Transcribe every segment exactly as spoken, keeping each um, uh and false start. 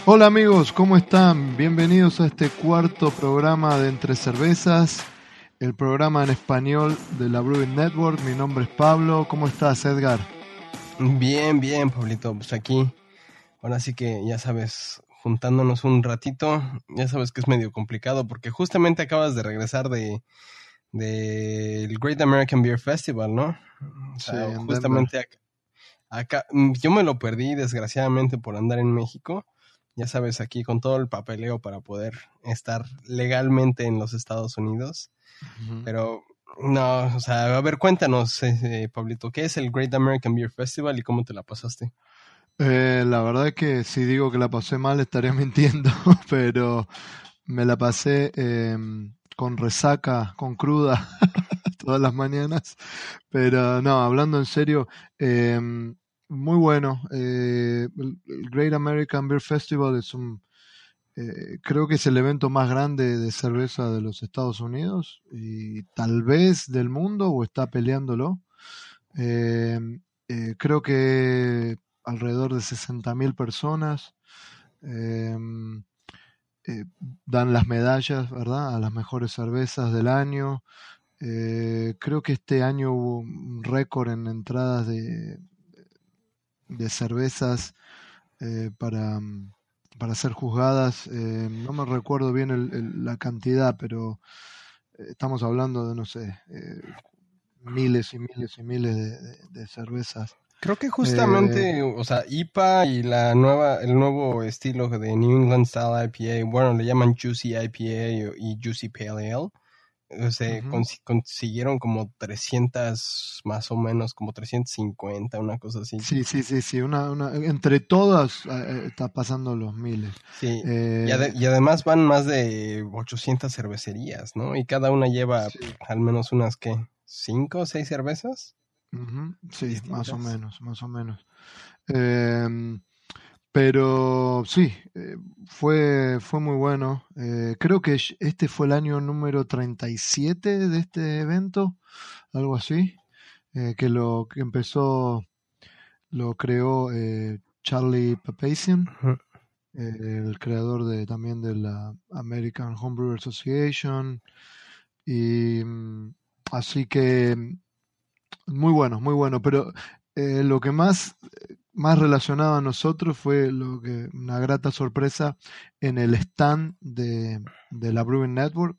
Hola amigos, ¿cómo están? Bienvenidos a este cuarto programa de Entre Cervezas, el programa en español de la Brewing Network. Mi nombre es Pablo. ¿Cómo estás, Edgar? Bien, bien, Pablito, pues aquí, ahora sí que ya sabes, juntándonos un ratito, ya sabes que es medio complicado porque justamente acabas de regresar de del Great American Beer Festival, ¿no? O Sí, sea, en Denver. justamente acá, acá, mm, yo me lo perdí desgraciadamente por andar en México, ya sabes, aquí con todo el papeleo para poder estar legalmente en los Estados Unidos, Ujú. pero no, o sea, a ver, cuéntanos, eh, eh, Pablito, ¿qué es el Great American Beer Festival y cómo te la pasaste? Eh, la verdad es que si digo que la pasé mal estaría mintiendo, pero me la pasé eh, con resaca, con cruda todas las mañanas. Pero no, hablando en serio, eh, muy bueno. Eh, el el Great American Beer Festival es un, eh, creo que es el evento más grande de cerveza de los Estados Unidos y tal vez del mundo o está peleándolo. Eh, eh, Creo que alrededor de sesenta mil personas eh, eh, dan las medallas, ¿verdad? A las mejores cervezas del año. Eh, creo que este año hubo un récord en entradas de, de cervezas eh, para, para ser juzgadas. Eh, no me recuerdo bien el- el- la cantidad, pero eh, estamos hablando de, no sé, eh, miles y miles y miles de, de- de cervezas. Creo que Eh, justamente, o sea, I P A y la nueva, el nuevo estilo de New England Style I P A, bueno, le llaman Juicy I P A y Juicy Pale Ale, o sea, ujú. consi- consiguieron como trescientas, más o menos, como trescientos cincuenta, una cosa así. Sí, sí, sí, sí. Una, una, entre todas eh, eh, está pasando los miles. Sí, y, Eh, ade- y además van más de ochocientas cervecerías, ¿no? Y cada una lleva pf, sí. al menos unas, ¿qué? ¿Cinco o seis cervezas Ujú, sí, más o distintas? menos, más o menos. Em, pero sí, eh, fue, fue muy bueno. Eh, creo que sh- este fue el año número treinta y siete de este evento, algo así, eh, que lo que empezó, lo creó eh, Charlie Papazian, Ujú. eh, el creador de, también de la American Homebrew Association. Y mm, así que mm, muy bueno, muy bueno. Pero eh, lo que más más relacionado a nosotros fue lo que una grata sorpresa en el stand de, de la Brewing Network.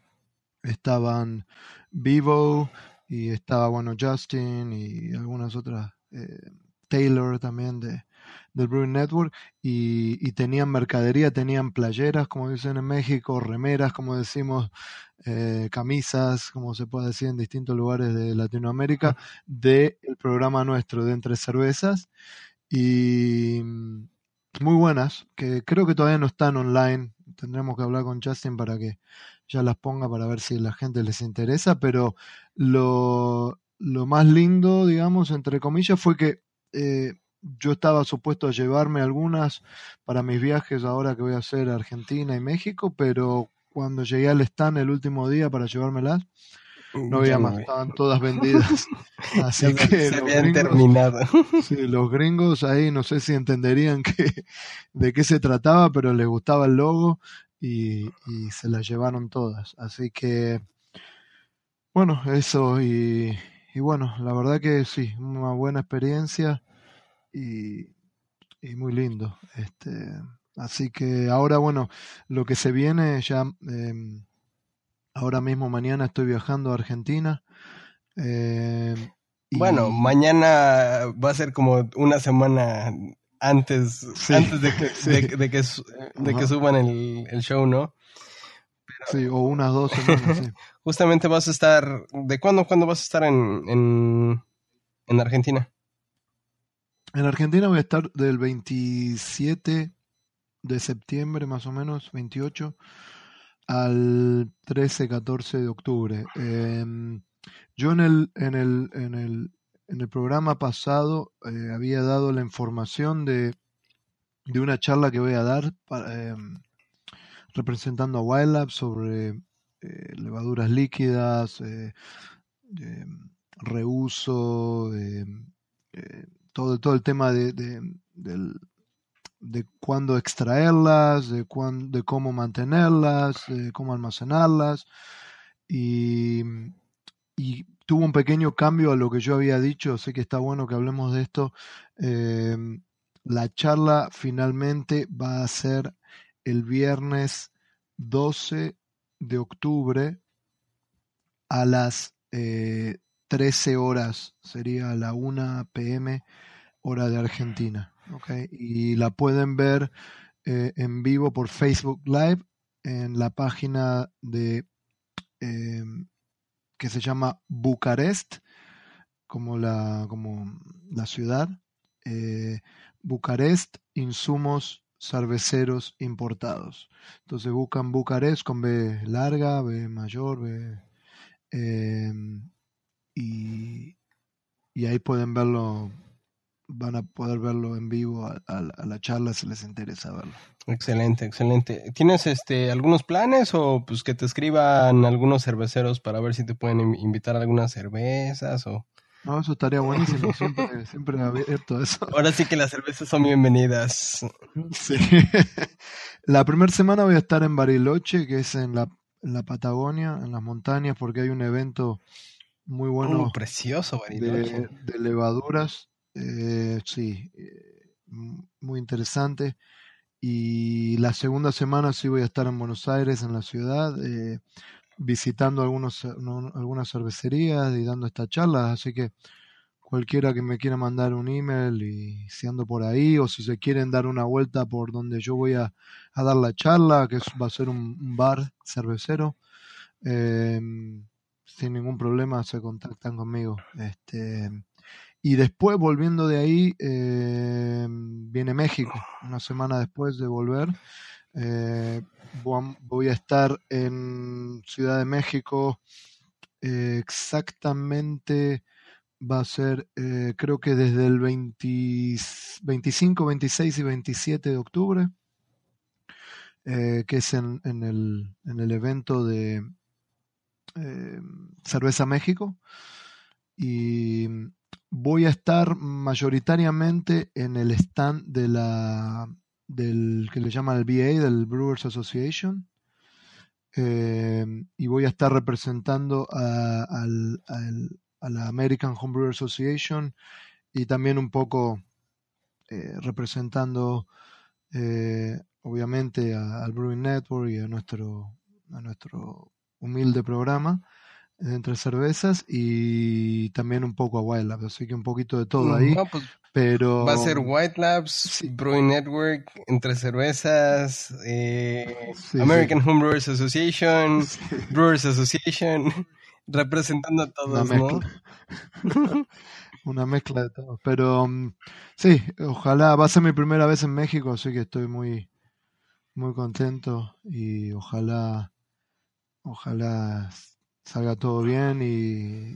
Estaban Vivo y estaba, bueno, Justin y algunas otras, eh, Taylor también de, del Brewing Network y, y tenían mercadería, tenían playeras, como dicen en México, remeras, como decimos, eh, camisas, como se puede decir en distintos lugares de Latinoamérica, del programa nuestro de Entre Cervezas y mm, muy buenas, que creo que todavía no están online. Tendremos que hablar con Justin para que ya las ponga para ver si a la gente les interesa, pero lo, lo más lindo, digamos, entre comillas, fue que eh, yo estaba supuesto a llevarme algunas para mis viajes ahora que voy a hacer a Argentina y México, pero cuando llegué al stand el último día para llevármelas, no Ya había no más, ve. estaban todas vendidas. Ya Así se, que se los habían gringos, terminado. sí, los gringos ahí no sé si entenderían que, de qué se trataba, pero les gustaba el logo y, y se las llevaron todas. Así que, bueno, eso y, y bueno, la verdad que sí, una buena experiencia y, y muy lindo. Este, así que ahora, bueno, lo que se viene ya, eh, ahora mismo mañana estoy viajando a Argentina. eh, Bueno, y mañana va a ser como una semana antes, sí, antes de que, sí, de, que, de que su- de que ajá, suban el, el show, ¿no? sí, o unas dos semanas, sí. Justamente vas a estar, ¿de cuándo, cuándo vas a estar en, en, en Argentina? En Argentina voy a estar del veintisiete de septiembre, más o menos, veintiocho, al trece, catorce de octubre. Em, yo en el, en el, en el, en el programa pasado eh, había dado la información de, de una charla que voy a dar para, em, representando a Wild Lab sobre eh, levaduras líquidas, eh, eh, reuso, eh, eh, todo, todo el tema de, de- del, de cuándo extraerlas, de, cuán, de cómo mantenerlas, de cómo almacenarlas. Y, y tuvo un pequeño cambio a lo que yo había dicho. Sé que está bueno que hablemos de esto. Eh, la charla finalmente va a ser el viernes doce de octubre a las eh, trece horas, sería la una p m hora de Argentina. ¿Okay? Y la pueden ver eh, en vivo por Facebook Live en la página de eh, que se llama Bucarest, como la, como la ciudad. Eh, Bucarest, insumos cerveceros importados. Entonces buscan Bucarest con B larga, B mayor, B, eh, y, y ahí pueden verlo, van a poder verlo en vivo a, a, a la charla si les interesa verlo. Excelente, excelente. ¿Tienes este algunos planes o pues que te escriban algunos cerveceros para ver si te pueden invitar a algunas cervezas o? No, eso estaría buenísimo, siempre, siempre abierto a eso. Ahora sí que las cervezas son bienvenidas. Sí. La primera semana voy a estar en Bariloche, que es en la, en la Patagonia, en las montañas, porque hay un evento muy bueno Uh, precioso Bariloche. de, de levaduras. Eh, sí, eh, muy interesante. Y la segunda semana sí voy a estar en Buenos Aires, en la ciudad, eh, visitando algunos, no, algunas cervecerías y dando estas charlas. Así que cualquiera que me quiera mandar un email y si ando por ahí o si se quieren dar una vuelta por donde yo voy a, a dar la charla, que es, va a ser un, un bar cervecero, eh, sin ningún problema se contactan conmigo. Este, y después, volviendo de ahí, eh, viene México, una semana después de volver. Eh, voy a estar en Ciudad de México eh, exactamente, va a ser eh, creo que desde el veinte, veinticinco, veintiséis y veintisiete de octubre, eh, que es en, en, el, en el evento de eh, Cerveza México. Y voy a estar mayoritariamente en el stand de la del que le llaman el B A, del Brewers Association, eh, y voy a estar representando a, al, al, a la American Homebrewer Association y también un poco eh, representando eh, obviamente a, al Brewing Network y a nuestro, a nuestro humilde programa de Entre Cervezas y también un poco a Wild Labs, así que un poquito de todo ahí. No, pues pero va a ser White Labs, sí, Brewing Network, Entre Cervezas, eh, sí, American sí, Homebrewers Association, sí, Brewers Association, representando a una todos, ¿no? mezcla. Una mezcla de todo. Pero um, sí, ojalá, va a ser mi primera vez en México, así que estoy muy, muy contento y ojalá, ojalá salga todo bien y,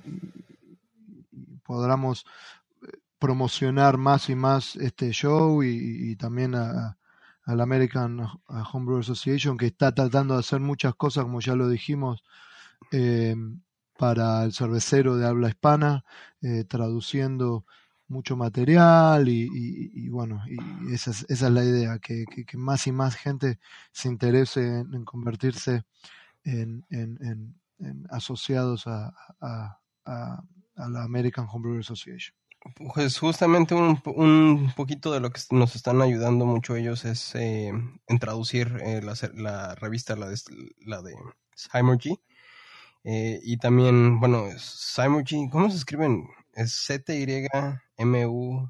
y podamos promocionar más y más este show y, y también a, a la American Homebrew Association, que está tratando de hacer muchas cosas, como ya lo dijimos, eh, para el cervecero de habla hispana, eh, traduciendo mucho material y, y, y bueno, y esa es, esa es la idea, que, que, que más y más gente se interese en, en convertirse en, en, en, en asociados a, a, a, a la American Homebrew Association. Pues justamente un, un poquito de lo que nos están ayudando mucho ellos es eh, en traducir eh, la, la, revista, la de, la de Symergy. Eh, y también, bueno, Symergy, ¿cómo se escriben? Es Z Y M U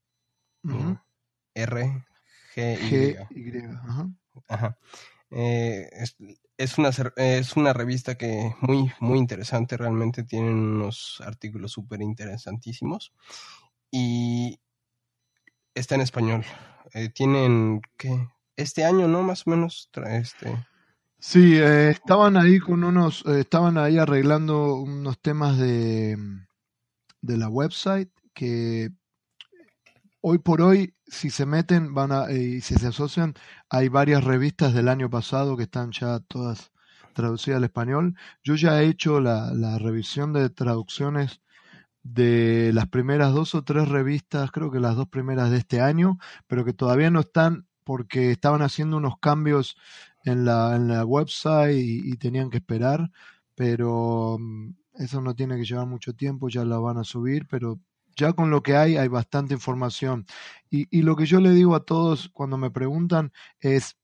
R G Y. G Y, ajá. Ajá. Eh, es, es, una, es una revista que muy, muy interesante, realmente tienen unos artículos súper interesantísimos y está en español. Eh, tienen, ¿qué? Este año, ¿no? Más o menos, este... Sí, eh, estaban ahí con unos, eh, estaban ahí arreglando unos temas de, de la website que hoy por hoy, si se meten van a, eh, y si se asocian, hay varias revistas del año pasado que están ya todas traducidas al español. Yo ya he hecho la, la revisión de traducciones de las primeras dos o tres revistas, creo que las dos primeras de este año, pero que todavía no están porque estaban haciendo unos cambios en la, en la website y, y tenían que esperar, pero mm, eso no tiene que llevar mucho tiempo, ya la van a subir, pero ya con lo que hay hay bastante información. Y, y lo que yo le digo a todos cuando me preguntan es,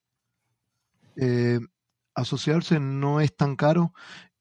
eh, asociarse no es tan caro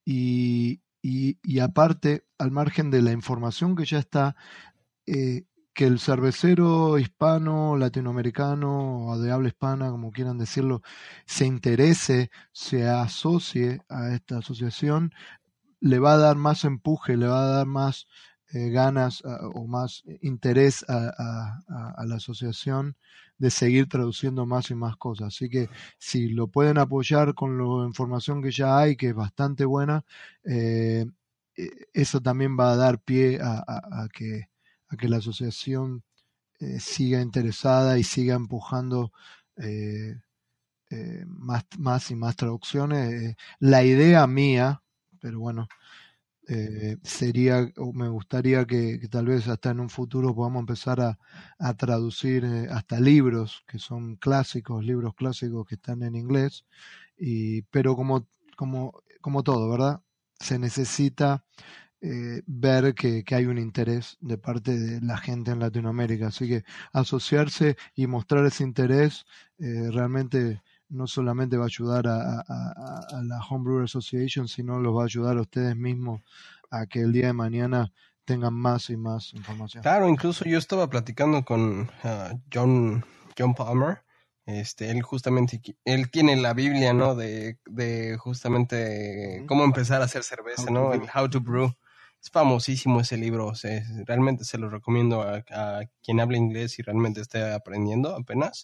y, y, y aparte, al margen de la información que ya está, eh, que el cervecero hispano, latinoamericano o de habla hispana, como quieran decirlo, se interese, se asocie a esta asociación, le va a dar más empuje, le va a dar más eh, ganas a, o más interés a, a, a, a la asociación de seguir traduciendo más y más cosas. Así que si lo pueden apoyar con la información que ya hay, que es bastante buena, eh, eso también va a dar pie a, a, a que, a que la asociación eh, siga interesada y siga empujando eh, eh, más, más y más traducciones. Eh, la idea mía, pero bueno, eh, sería, o me gustaría que, que, tal vez hasta en un futuro podamos empezar a, a traducir eh, hasta libros que son clásicos, libros clásicos que están en inglés, y, pero como, como, como todo, ¿verdad? Se necesita eh, ver que, que hay un interés de parte de la gente en Latinoamérica. Así que asociarse y mostrar ese interés eh, realmente no solamente va a ayudar a, a, a la Homebrewer Association, sino los va a ayudar a ustedes mismos a que el día de mañana tengan más y más información. Claro, incluso yo estaba platicando con uh, John, John Palmer. Este, él justamente, él tiene la Biblia, ¿no? De, de justamente cómo empezar a hacer cerveza, ¿no? El How to Brew. Es famosísimo ese libro, o sea, realmente se lo recomiendo a, a quien hable inglés y realmente esté aprendiendo apenas.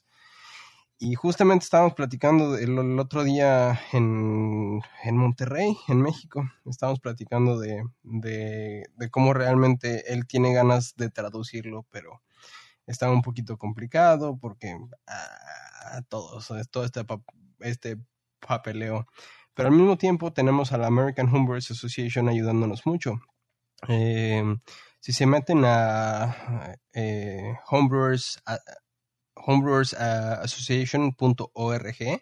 Y justamente estábamos platicando el, el otro día en, en Monterrey, en México. Estábamos platicando de, de, de cómo realmente él tiene ganas de traducirlo, pero está un poquito complicado porque ah, todos, todo este, este papeleo. Pero al mismo tiempo tenemos a la American Homebrewers Association ayudándonos mucho. Eh, si se meten a eh, Homebrewers... A, homebrewers association punto org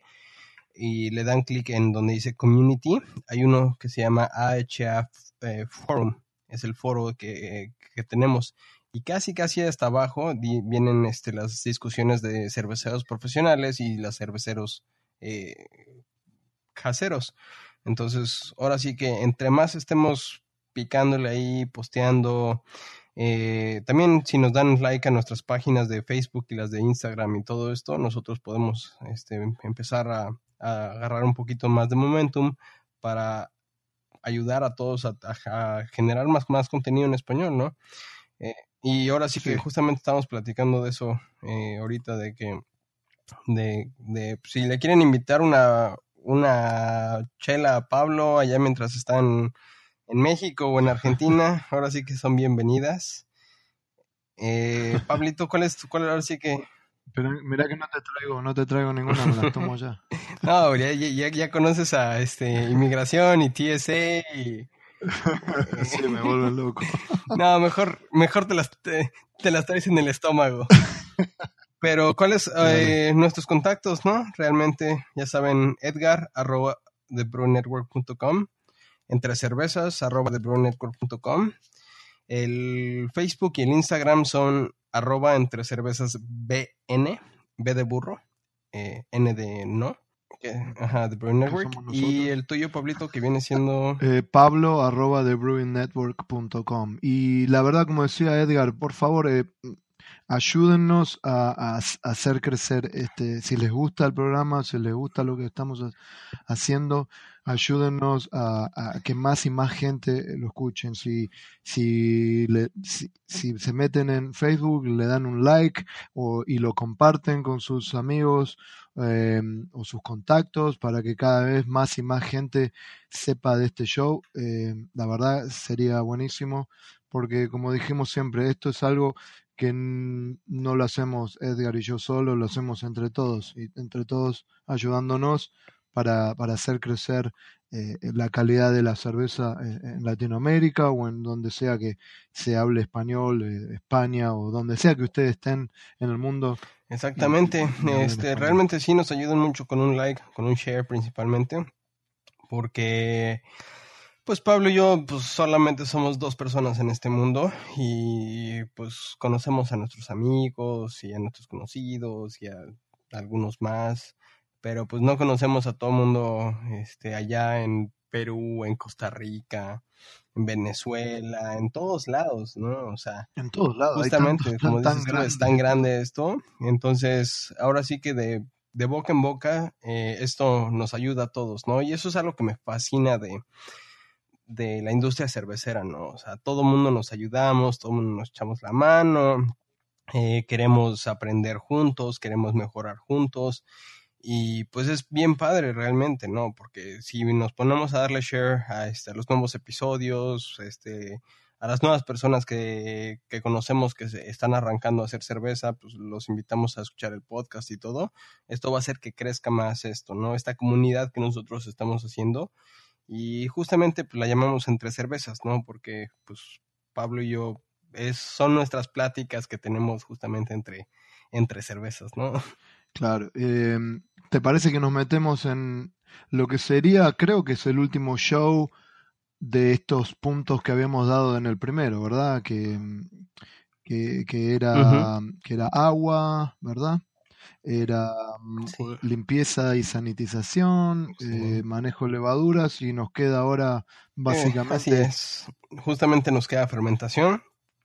y le dan clic en donde dice community, hay uno que se llama A H A eh, Forum, es el foro que, que tenemos, y casi casi hasta abajo di, vienen este, las discusiones de cerveceros profesionales y los cerveceros eh, caseros. Entonces ahora sí que entre más estemos picándole ahí, posteando, Eh, también si nos dan like a nuestras páginas de Facebook y las de Instagram y todo esto, nosotros podemos este, empezar a, a agarrar un poquito más de momentum para ayudar a todos a, a, a generar más, más contenido en español, ¿no? Eh, y ahora sí, sí que justamente estamos platicando de eso eh, ahorita, de que de, de si le quieren invitar una, una chela a Pablo allá mientras están en México o en Argentina, ahora sí que son bienvenidas. Eh, Pablito, ¿cuál es tu, cuál ahora sí que? Pero mira que no te traigo, no te traigo ninguna, me las tomo ya. No, ya, ya, ya conoces a este inmigración y T S A y sí, me vuelven loco. No, mejor, mejor te las te, te las traes en el estómago. Pero ¿cuáles eh, nuestros contactos, no? Realmente, ya saben, Edgar arroba thebrewernetwork punto com, entre cervezas arroba thebrewernetwork punto com. El Facebook y el Instagram son arroba entre cervezas B N, B de burro, eh, N de no, que, ajá, The Brewing Network. Y el tuyo, Pablito, que viene siendo... Eh, Pablo arroba the brewing network punto com. Y la verdad, como decía Edgar, por favor, eh, ayúdennos a, a, a hacer crecer, este, si les gusta el programa, si les gusta lo que estamos haciendo, ayúdennos a, a que más y más gente lo escuchen. Si, si, le, si, si se meten en Facebook, le dan un like o, y lo comparten con sus amigos eh, o sus contactos para que cada vez más y más gente sepa de este show, eh, la verdad sería buenísimo, porque como dijimos siempre, esto es algo que no lo hacemos Edgar y yo solo, lo hacemos entre todos, y entre todos ayudándonos para, para hacer crecer eh, la calidad de la cerveza en, en Latinoamérica o en donde sea que se hable español, eh, España o donde sea que ustedes estén en el mundo. Exactamente, y, y hablen este, español. realmente sí nos ayudan mucho con un like, con un share principalmente, porque pues Pablo y yo pues solamente somos dos personas en este mundo y pues conocemos a nuestros amigos y a nuestros conocidos y a algunos más, pero pues no conocemos a todo el mundo este, allá en Perú, en Costa Rica, en Venezuela, en todos lados, ¿no? O sea, En todos lados, hay tantos justamente, tan, como tan dices tú, es grandes. tan grande esto, entonces ahora sí que de, de boca en boca eh, esto nos ayuda a todos, ¿no? Y eso es algo que me fascina de, de la industria cervecera, ¿no? O sea, todo el mundo nos ayudamos, todo el mundo nos echamos la mano, eh, queremos aprender juntos, queremos mejorar juntos y pues es bien padre realmente, ¿no? Porque si nos ponemos a darle share a, este, a los nuevos episodios, este, a las nuevas personas que, que conocemos que se están arrancando a hacer cerveza, pues los invitamos a escuchar el podcast y todo, esto va a hacer que crezca más esto, ¿no? Esta comunidad que nosotros estamos haciendo y justamente pues la llamamos Entre Cervezas, ¿no? Porque pues Pablo y yo es, son nuestras pláticas que tenemos justamente entre, entre cervezas, ¿no? Claro. Eh, ¿te parece que nos metemos en lo que sería, creo que es el último show de estos puntos que habíamos dado en el primero, ¿verdad? Que, que, que era, Uh-huh. que era agua, ¿verdad? Era mm, Sí. limpieza y sanitización, Sí. eh, manejo de levaduras y nos queda ahora Eh, así básicamente... es. Justamente nos queda fermentación.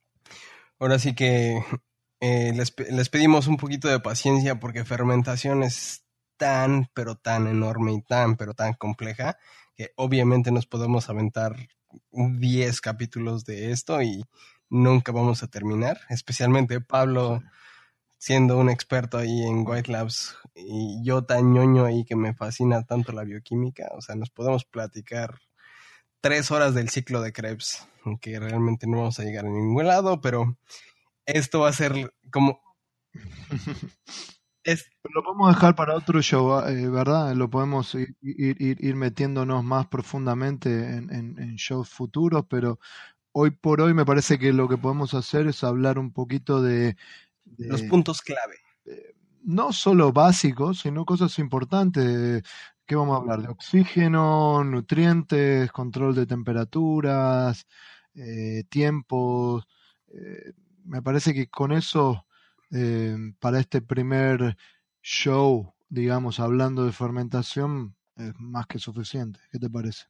Ahora sí que eh, les, les pedimos un poquito de paciencia porque fermentación es tan, pero tan enorme y tan, pero tan compleja que obviamente nos podemos aventar diez capítulos de esto y nunca vamos a terminar. Especialmente Pablo, Sí. siendo un experto ahí en White Labs y yo tan ñoño ahí que me fascina tanto la bioquímica, o sea, nos podemos platicar tres horas del ciclo de Krebs, aunque realmente no vamos a llegar a ningún lado, pero esto va a ser como... es... Lo podemos dejar para otro show, eh, ¿verdad? Lo podemos ir, ir, ir, ir metiéndonos más profundamente en, en, en shows futuros, pero hoy por hoy me parece que lo que podemos hacer es hablar un poquito de, los de, puntos clave. de no solo básicos, sino cosas importantes. ¿Qué vamos a hablar? De oxígeno, nutrientes, control de temperaturas, eh, tiempos. Eh, me parece que con eso, eh, para este primer show, digamos, hablando de fermentación, es más que suficiente. ¿Qué te parece?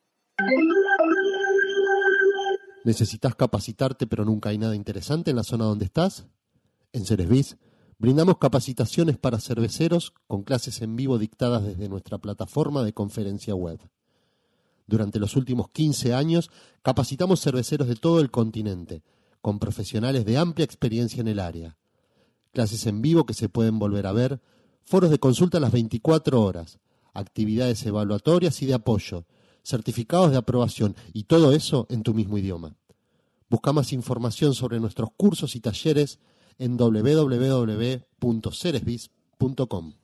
¿Necesitas capacitarte pero nunca hay nada interesante en la zona donde estás? En Ceresbiz brindamos capacitaciones para cerveceros con clases en vivo dictadas desde nuestra plataforma de conferencia web. Durante los últimos quince años capacitamos cerveceros de todo el continente, con profesionales de amplia experiencia en el área. Clases en vivo que se pueden volver a ver, foros de consulta a las veinticuatro horas, actividades evaluatorias y de apoyo, certificados de aprobación y todo eso en tu mismo idioma. Busca más información sobre nuestros cursos y talleres en doble u doble u doble u punto ceresbiz punto com.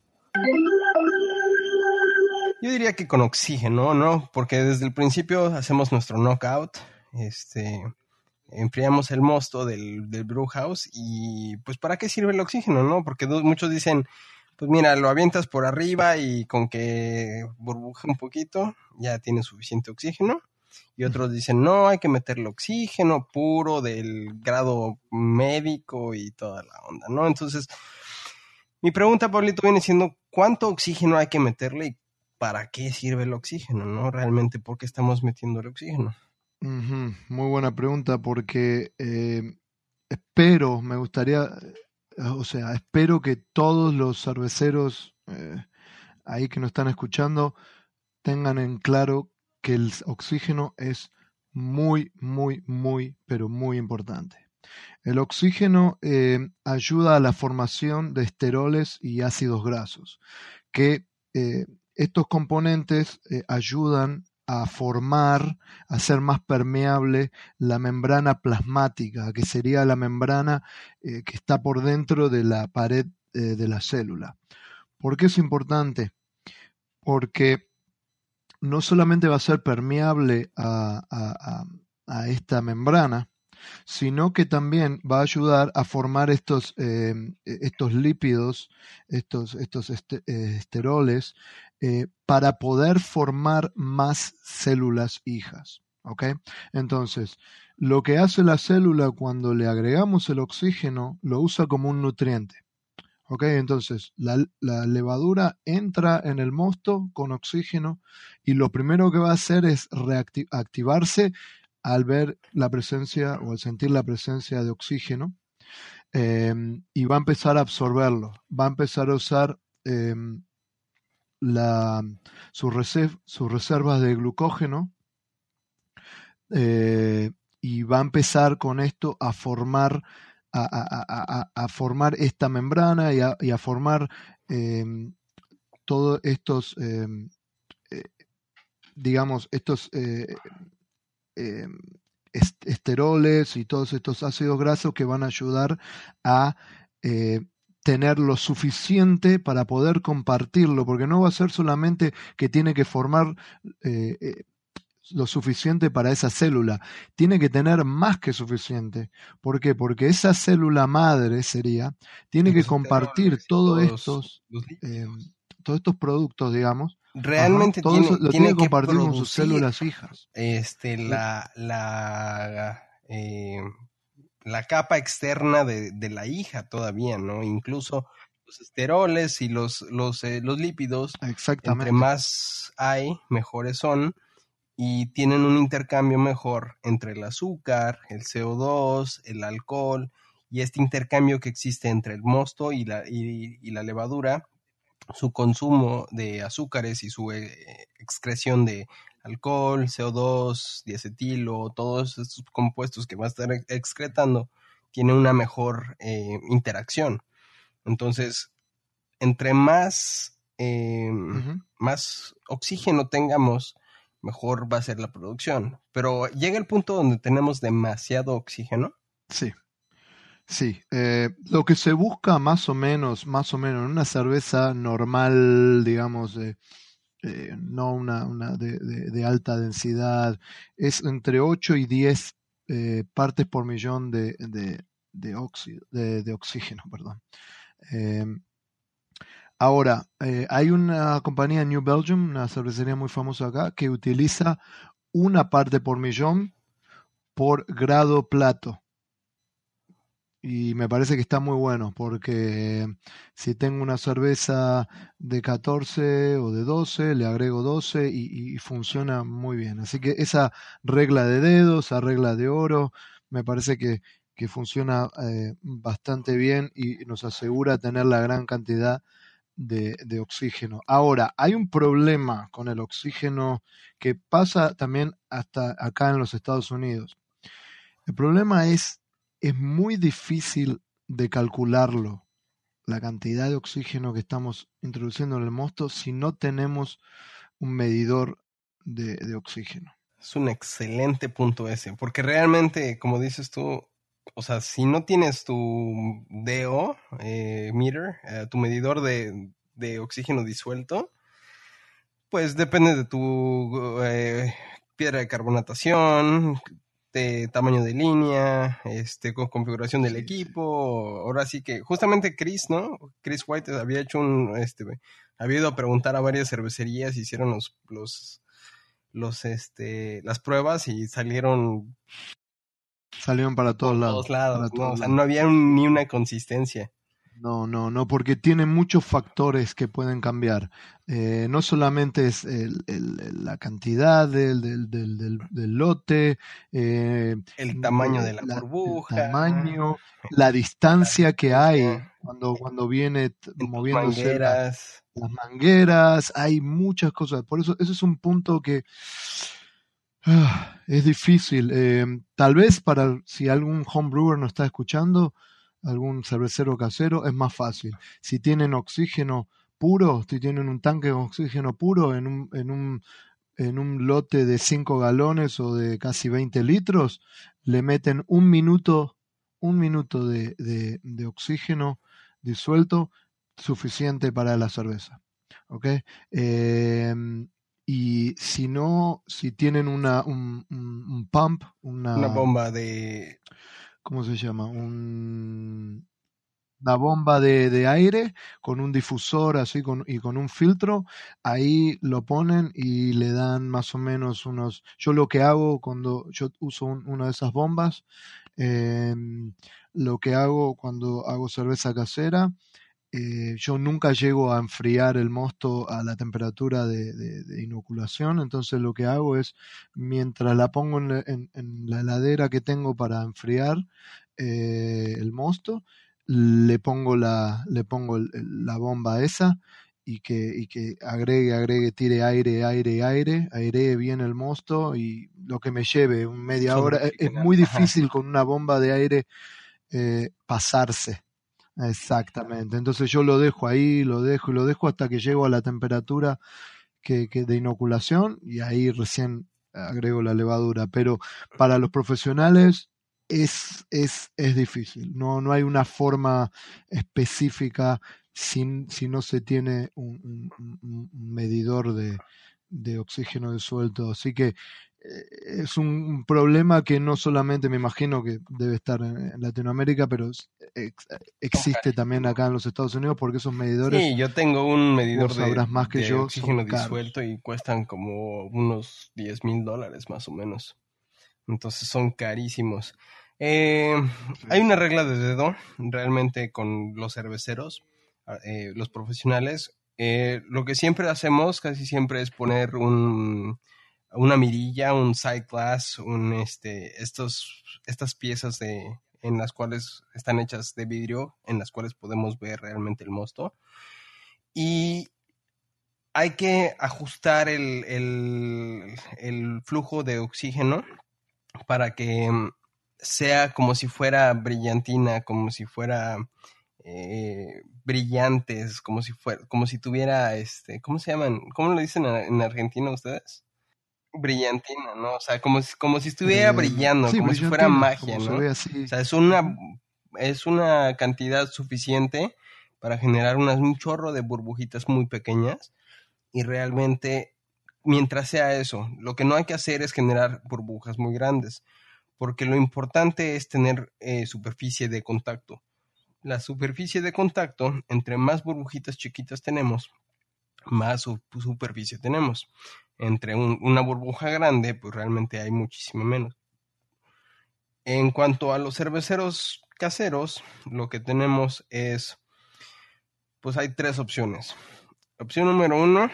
Yo diría que con oxígeno, ¿no? Porque desde el principio hacemos nuestro knockout, este, enfriamos el mosto del, del brew house y pues ¿para qué sirve el oxígeno, no? Porque muchos dicen, pues mira, lo avientas por arriba y con que burbuje un poquito ya tiene suficiente oxígeno. Y otros dicen, no, hay que meterle oxígeno puro del grado médico y toda la onda, ¿no? Entonces, mi pregunta, Pablito, viene siendo, ¿cuánto oxígeno hay que meterle y para qué sirve el oxígeno, no? Realmente, ¿por qué estamos metiendo el oxígeno? Uh-huh. Muy buena pregunta porque eh, espero, me gustaría, o sea, espero que todos los cerveceros eh, ahí que nos están escuchando tengan en claro que el oxígeno es muy, muy, muy, pero muy importante. El oxígeno eh, ayuda a la formación de esteroles y ácidos grasos, que eh, estos componentes eh, ayudan a formar, a hacer más permeable la membrana plasmática, que sería la membrana eh, que está por dentro de la pared eh, de la célula. ¿Por qué es importante? porque no solamente va a ser permeable a, a, a, a esta membrana, sino que también va a ayudar a formar estos, eh, estos lípidos, estos, estos este, eh, esteroles, eh, para poder formar más células hijas. ¿Okay? Entonces, lo que hace la célula cuando le agregamos el oxígeno, lo usa como un nutriente. ¿Ok? Entonces, la, la levadura entra en el mosto con oxígeno y lo primero que va a hacer es reactivarse al ver la presencia o al sentir la presencia de oxígeno, eh, y va a empezar a absorberlo, va a empezar a usar eh, la, sus, reserv, sus reservas de glucógeno, eh, y va a empezar con esto a formar a, a, a, a formar esta membrana y a, y a formar eh, todos estos eh, eh, digamos estos eh, eh, esteroles y todos estos ácidos grasos que van a ayudar a eh, tener lo suficiente para poder compartirlo, porque no va a ser solamente que tiene que formar eh, eh, lo suficiente para esa célula, tiene que tener más que suficiente. ¿Por qué? Porque esa célula madre sería, tiene que compartir todos estos, eh, todos estos productos, digamos. Realmente Ajá, todo tiene, eso lo tiene, tiene que que compartir producir con sus células hijas. Este, la, la, eh, la capa externa de, de la hija todavía, ¿no? Incluso los esteroles y los, los, eh, los lípidos, entre más hay, mejores son, y tienen un intercambio mejor entre el azúcar, el C O dos, el alcohol, y este intercambio que existe entre el mosto y la, y, y la levadura, su consumo de azúcares y su eh, excreción de alcohol, C O dos, diacetilo, todos estos compuestos que va a estar excretando, tiene una mejor eh, interacción. Entonces, entre más, eh, uh-huh. más oxígeno tengamos, mejor va a ser la producción. Pero llega el punto donde tenemos demasiado oxígeno. Sí. Sí, eh, lo que se busca más o menos, más o menos en una cerveza normal, digamos, eh, eh, no una, una de, de, de alta densidad, es entre ocho y diez eh, partes por millón de, de, de, óxido, de, de oxígeno. Perdón. Eh, ahora, eh, hay una compañía, New Belgium, una cervecería muy famosa acá, que utiliza una parte por millón por grado plato. Y me parece que está muy bueno, porque si tengo una cerveza de catorce o de doce, le agrego doce y, y funciona muy bien. Así que esa regla de dedos, esa regla de oro, me parece que, que funciona eh, bastante bien y nos asegura tener la gran cantidad de, de oxígeno. Ahora, hay un problema con el oxígeno que pasa también hasta acá en los Estados Unidos. El problema es es muy difícil de calcularlo, la cantidad de oxígeno que estamos introduciendo en el mosto, si no tenemos un medidor de, de oxígeno. Es un excelente punto ese, porque realmente, como dices tú, o sea, si no tienes tu D O, eh, meter, eh, tu medidor de, de oxígeno disuelto, pues depende de tu eh, piedra de carbonatación, de tamaño de línea, este, con configuración del sí, equipo. Sí. Ahora sí que, justamente Chris, ¿no? Chris White había hecho un, este, había ido a preguntar a varias cervecerías, hicieron los, los, los, este, las pruebas y salieron. Salieron para todos por lados. Todos lados, para ¿no? todos O sea, lados. no había un, ni una consistencia. No, no, no, porque tiene muchos factores que pueden cambiar. Eh, no solamente es el, el, la cantidad del, del, del, del, del lote, eh, el tamaño eh, de la, la el burbuja, tamaño, la distancia la que distancia, hay cuando, cuando viene moviéndose mangueras. La, las mangueras, hay muchas cosas. Por eso, ese es un punto que ah, es difícil. Eh, tal vez para si algún homebrewer nos está escuchando, algún cervecero casero, es más fácil. Si tienen oxígeno puro, si tienen un tanque de oxígeno puro en un, en un, en un lote de cinco galones o de casi veinte litros, le meten un minuto, un minuto de, de, de oxígeno disuelto suficiente para la cerveza. ¿ok? Eh, y si no, si tienen una, un, un, un pump, Una una, bomba de... ¿cómo se llama? Un, una bomba de, de aire con un difusor así con, y con un filtro, ahí lo ponen y le dan más o menos unos... Yo lo que hago cuando yo uso un- una de esas bombas, eh, lo que hago cuando hago cerveza casera, eh, yo nunca llego a enfriar el mosto a la temperatura de, de- de inoculación, entonces lo que hago es, mientras la pongo en, la en- en la heladera que tengo para enfriar eh, el mosto, le pongo la, le pongo el- el- la bomba esa y que, y que agregue, agregue, tire aire, aire, aire, airee bien el mosto y lo que me lleve, un media hora. Es es Solidifican. muy Ajá. difícil con una bomba de aire eh, pasarse. Exactamente. Entonces yo lo dejo ahí, lo dejo y lo dejo hasta que llego a la temperatura que, que de inoculación y ahí recién agrego la levadura. Pero para los profesionales es, es, es difícil. No, no hay una forma específica si, si no se tiene un, un- un- un medidor de, de oxígeno disuelto. Así que eh, es un problema que no solamente me imagino que debe estar en, en Latinoamérica, pero es- ex- Son existe también acá en los Estados Unidos porque esos medidores, Sí, yo tengo un medidor vos de, sabrás más que de yo, oxígeno son caros. disuelto y cuestan como unos diez mil dólares más o menos. Entonces son carísimos. Eh, hay Sí. una regla de dedo realmente con los cerveceros, a- eh, los profesionales. Eh, lo que siempre hacemos casi siempre es poner un, una mirilla, un side glass, un, este, estos, estas piezas de, en las cuales están hechas de vidrio, en las cuales podemos ver realmente el mosto. Y hay que ajustar el, el, el flujo de oxígeno para que mm, sea como si fuera brillantina, como si fuera eh, brillantes, como si fuera, como si tuviera este, ¿cómo se llaman? ¿Cómo lo dicen en, en Argentina ustedes? Brillantina, ¿no? O sea, como si, como si estuviera Eh, brillando, sí, como si fuera brillantina, magia, como se ¿no? O ve así. sea, es una, Ujú. es una cantidad suficiente para generar unas, un chorro de burbujitas muy pequeñas y realmente, mientras sea eso, lo que no hay que hacer es generar burbujas muy grandes, porque lo importante es tener eh, superficie de contacto. La superficie de contacto, entre más burbujitas chiquitas tenemos, más su- superficie tenemos. Entre un- una burbuja grande, pues realmente hay muchísimo menos. En cuanto a los cerveceros caseros, lo que tenemos es, pues hay tres opciones. Opción número uno,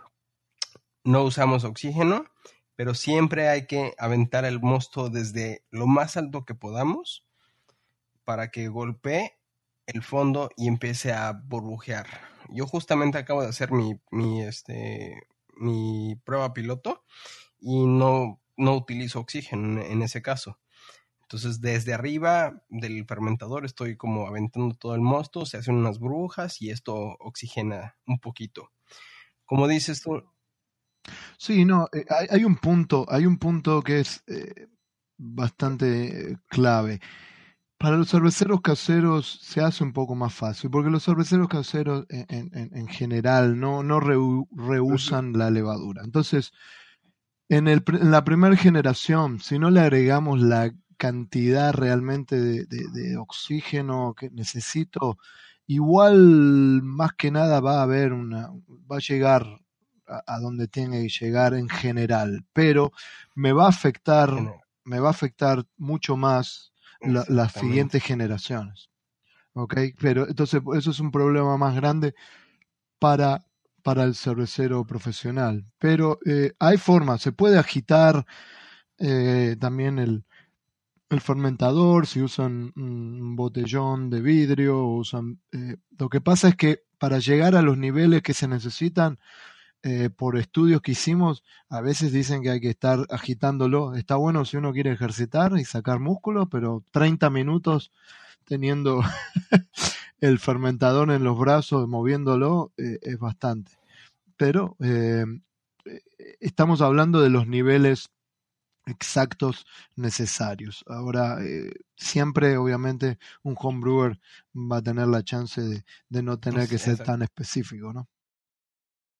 no usamos oxígeno, pero siempre hay que aventar el mosto desde lo más alto que podamos para que golpee el fondo y empiece a burbujear. Yo justamente acabo de hacer mi, mi, este, mi prueba piloto y no, no utilizo oxígeno en, en ese caso. Entonces, desde arriba del fermentador estoy como aventando todo el mosto, se hacen unas burbujas y esto oxigena un poquito. Como dices tú, Sí, no, eh, hay, hay un punto, hay un punto que es eh, bastante eh, clave. Para los cerveceros caseros se hace un poco más fácil, porque los cerveceros caseros en, en- en- en general no, no reu- ujú, reusan la levadura. Entonces, en, el, pr- en la primera generación, si no le agregamos la cantidad realmente de, de- de oxígeno que necesito, igual más que nada va a haber una, va a llegar a, a donde tiene que llegar en general, pero me va a afectar, genera- me va a afectar mucho más la- las exactamente. siguientes generaciones. ¿Ok? Pero entonces eso es un problema más grande para, para el cervecero profesional. Pero eh, hay formas, se puede agitar eh, también el, el fermentador, si usan un botellón de vidrio, o usan, eh, lo que pasa es que para llegar a los niveles que se necesitan, eh, por estudios que hicimos, a veces dicen que hay que estar agitándolo. Está bueno si uno quiere ejercitar y sacar músculo, pero treinta minutos teniendo el fermentador en los brazos, moviéndolo, eh, es bastante. Pero eh, eh, estamos hablando de los niveles exactos necesarios. Ahora, eh, siempre, obviamente, un homebrewer va a tener la chance de, de no tener Es- que ser exact- tan específico, ¿no?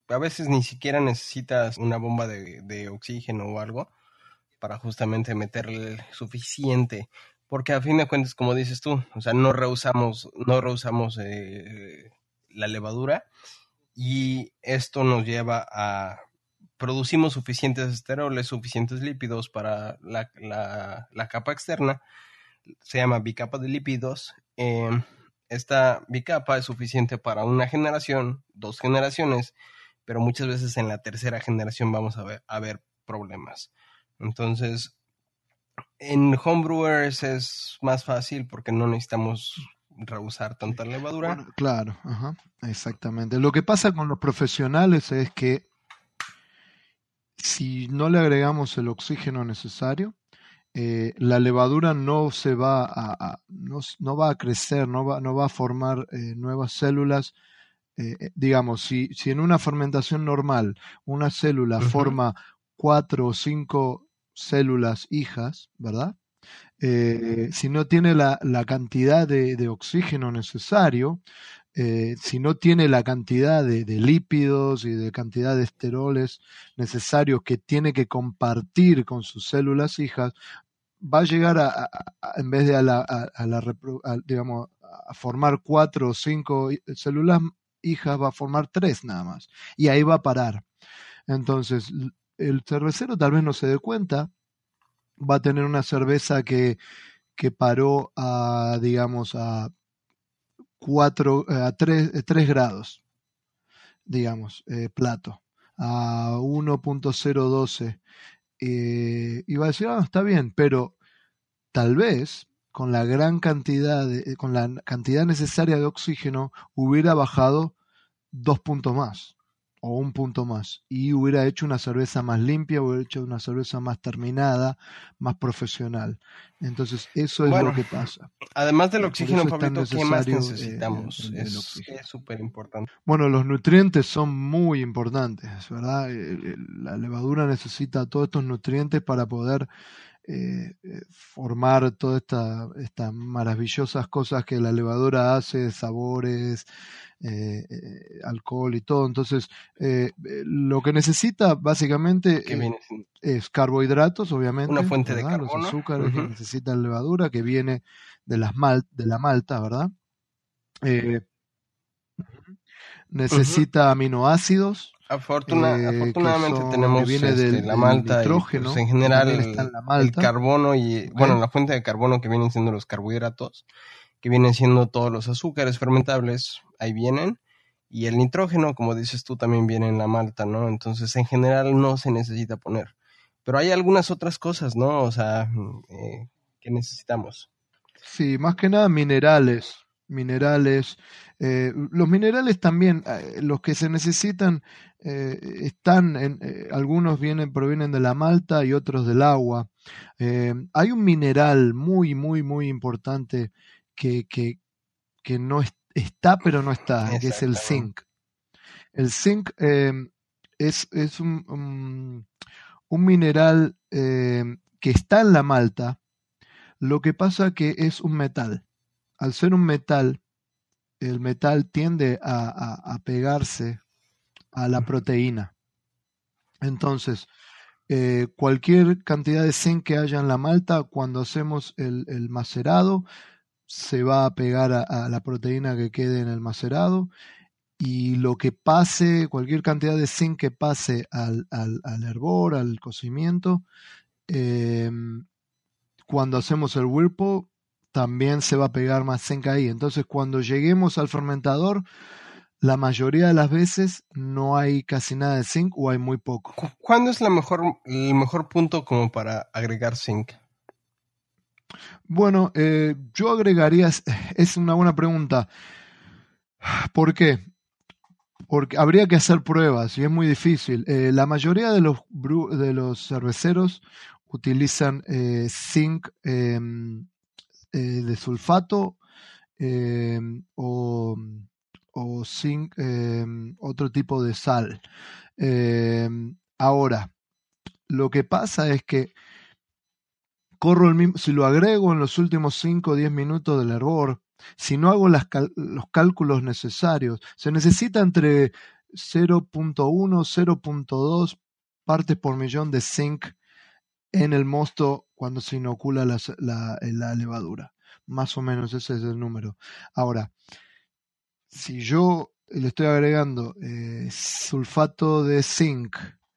a veces ni siquiera necesitas una bomba de, de oxígeno o algo para justamente meterle suficiente, porque a fin de cuentas, como dices tú, o sea, no rehusamos, no rehusamos eh, la levadura, y esto nos lleva a producimos suficientes esteroles, suficientes lípidos para la, la, la capa externa, se llama bicapa de lípidos. Eh, esta bicapa es suficiente para una generación, dos generaciones, pero muchas veces en la tercera generación vamos a ver, a ver problemas. Entonces, en homebrewers es más fácil porque no necesitamos rehusar tanta levadura. Bueno, claro, ajá, exactamente. Lo que pasa con los profesionales es que si no le agregamos el oxígeno necesario, eh, la levadura no se va a, a no, no va a crecer, no va, no va a formar eh, nuevas células. Eh, digamos, si, si en una fermentación normal una célula Uh-huh. forma cuatro o cinco células hijas, ¿verdad? Eh, si no tiene la, la cantidad de, de oxígeno necesario, eh, si no tiene la cantidad de, de lípidos y de cantidad de esteroles necesarios que tiene que compartir con sus células hijas, va a llegar a, a, a en vez de a la, a, a la a, digamos, a formar cuatro o cinco células hijas, va a formar tres nada más. Y ahí va a parar. Entonces, el cervecero tal vez no se dé cuenta, va a tener una cerveza que, que paró a, digamos, a cuatro, a tres, tres grados, digamos, eh, plato, a uno punto cero doce. Eh, y va a decir, ah, está bien, pero tal vez con la gran cantidad, de, con la cantidad necesaria de oxígeno, hubiera bajado dos puntos más o un punto más y hubiera hecho una cerveza más limpia, hubiera hecho una cerveza más terminada, más profesional. Entonces eso es bueno, lo que pasa. Además del Por oxígeno, eso es tan Pablito, ¿qué más necesario, necesitamos? eh, el, el oxígeno. Es súper importante. Bueno, los nutrientes son muy importantes, ¿verdad? El- el- La levadura necesita todos estos nutrientes para poder eh, eh, formar todas esta, estas maravillosas cosas que la levadura hace, sabores, eh, eh, alcohol y todo. Entonces, eh, eh, lo que necesita básicamente Que eh, viene siendo es carbohidratos, obviamente, una fuente de ¿verdad? Los carbono. azúcares que Uh-huh. necesita la levadura, que viene de, las mal, de la malta, ¿verdad? Eh, necesita Uh-huh. aminoácidos. Afortuna, Eh, que, afortunadamente son, que tenemos viene este, del, la del malta y nitrógeno, pues en que general también está en la el malta. carbono y ¿Ok? bueno, la fuente de carbono que vienen siendo los carbohidratos, que vienen siendo todos los azúcares fermentables, ahí vienen, y el nitrógeno, como dices tú, también viene en la malta, ¿no? Entonces en general no se necesita poner, pero hay algunas otras cosas, ¿no? O sea, eh, que necesitamos. Sí, más que nada minerales, minerales. Eh, los minerales también, eh, los que se necesitan, eh, están en, eh, algunos vienen, provienen de la malta y otros del agua. Eh, hay un mineral muy, muy, muy importante que, que, que no es- está, pero no está, que es el zinc. El zinc eh, es, es un, un, un mineral eh, que está en la malta. Lo que pasa que es un metal. Al ser un metal, el metal tiende a, a, a pegarse a la proteína. Entonces, eh, cualquier cantidad de zinc que haya en la malta, cuando hacemos el, el macerado, se va a pegar a, a la proteína que quede en el macerado. Y lo que pase, cualquier cantidad de zinc que pase al, al, al hervor, al cocimiento, eh, cuando hacemos el whirlpool, también se va a pegar más zinc ahí. Entonces, cuando lleguemos al fermentador, la mayoría de las veces no hay casi nada de zinc o hay muy poco. ¿Cuándo es la mejor, el mejor punto como para agregar zinc? Bueno, eh, yo agregaría, es una buena pregunta. ¿Por qué? Porque habría que hacer pruebas y es muy difícil. Eh, la mayoría de los, de los cerveceros utilizan eh, zinc eh, eh, de sulfato eh, o, o zinc, eh, otro tipo de sal. Eh, ahora, lo que pasa es que corro el mismo, si lo agrego en los últimos cinco o diez minutos del hervor, si no hago las cal, los cálculos necesarios, se necesita entre cero punto uno, cero punto dos partes por millón de zinc en el mosto cuando se inocula la, la, la levadura. Más o menos ese es el número. Ahora, si yo le estoy agregando eh, sulfato de zinc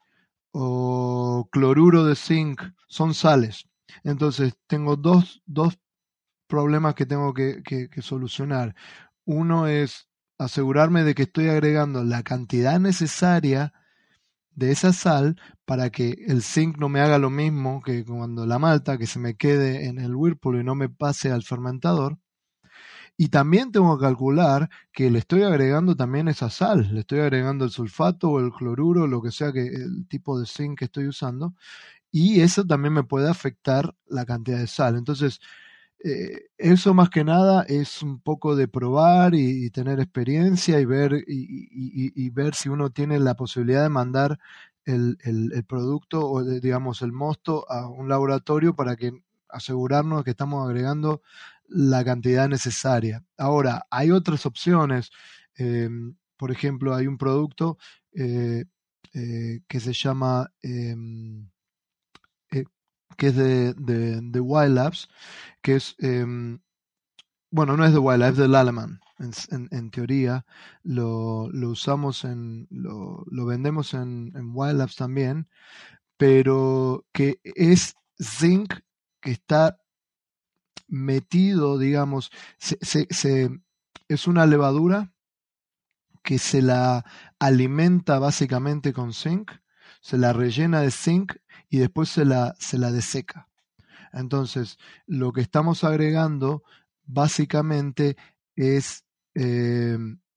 o cloruro de zinc, son sales. Entonces tengo dos, dos problemas que tengo que, que, que solucionar. Uno es asegurarme de que estoy agregando la cantidad necesaria de esa sal para que el zinc no me haga lo mismo que cuando la malta, que se me quede en el whirlpool y no me pase al fermentador. Y también tengo que calcular que le estoy agregando también esa sal, le estoy agregando el sulfato o el cloruro, lo que sea que el tipo de zinc que estoy usando, y eso también me puede afectar la cantidad de sal. Entonces, eh, eso más que nada es un poco de probar y, y tener experiencia y ver, y, y, y ver si uno tiene la posibilidad de mandar el, el, el producto o de, digamos el mosto a un laboratorio para que asegurarnos que estamos agregando la cantidad necesaria. Ahora, hay otras opciones. Eh, por ejemplo, hay un producto eh, eh, que se llama eh, eh, que es de, de, de Wild Labs, que es, eh, bueno, no es de Wild Labs, es del Alemán. En, en, en teoría, lo, lo usamos en, lo, lo vendemos en, en Wild Labs también, pero que es zinc que está metido, digamos, se, se, se, es una levadura que se la alimenta básicamente con zinc, se la rellena de zinc y después se la, se la deseca. Entonces, lo que estamos agregando básicamente es eh,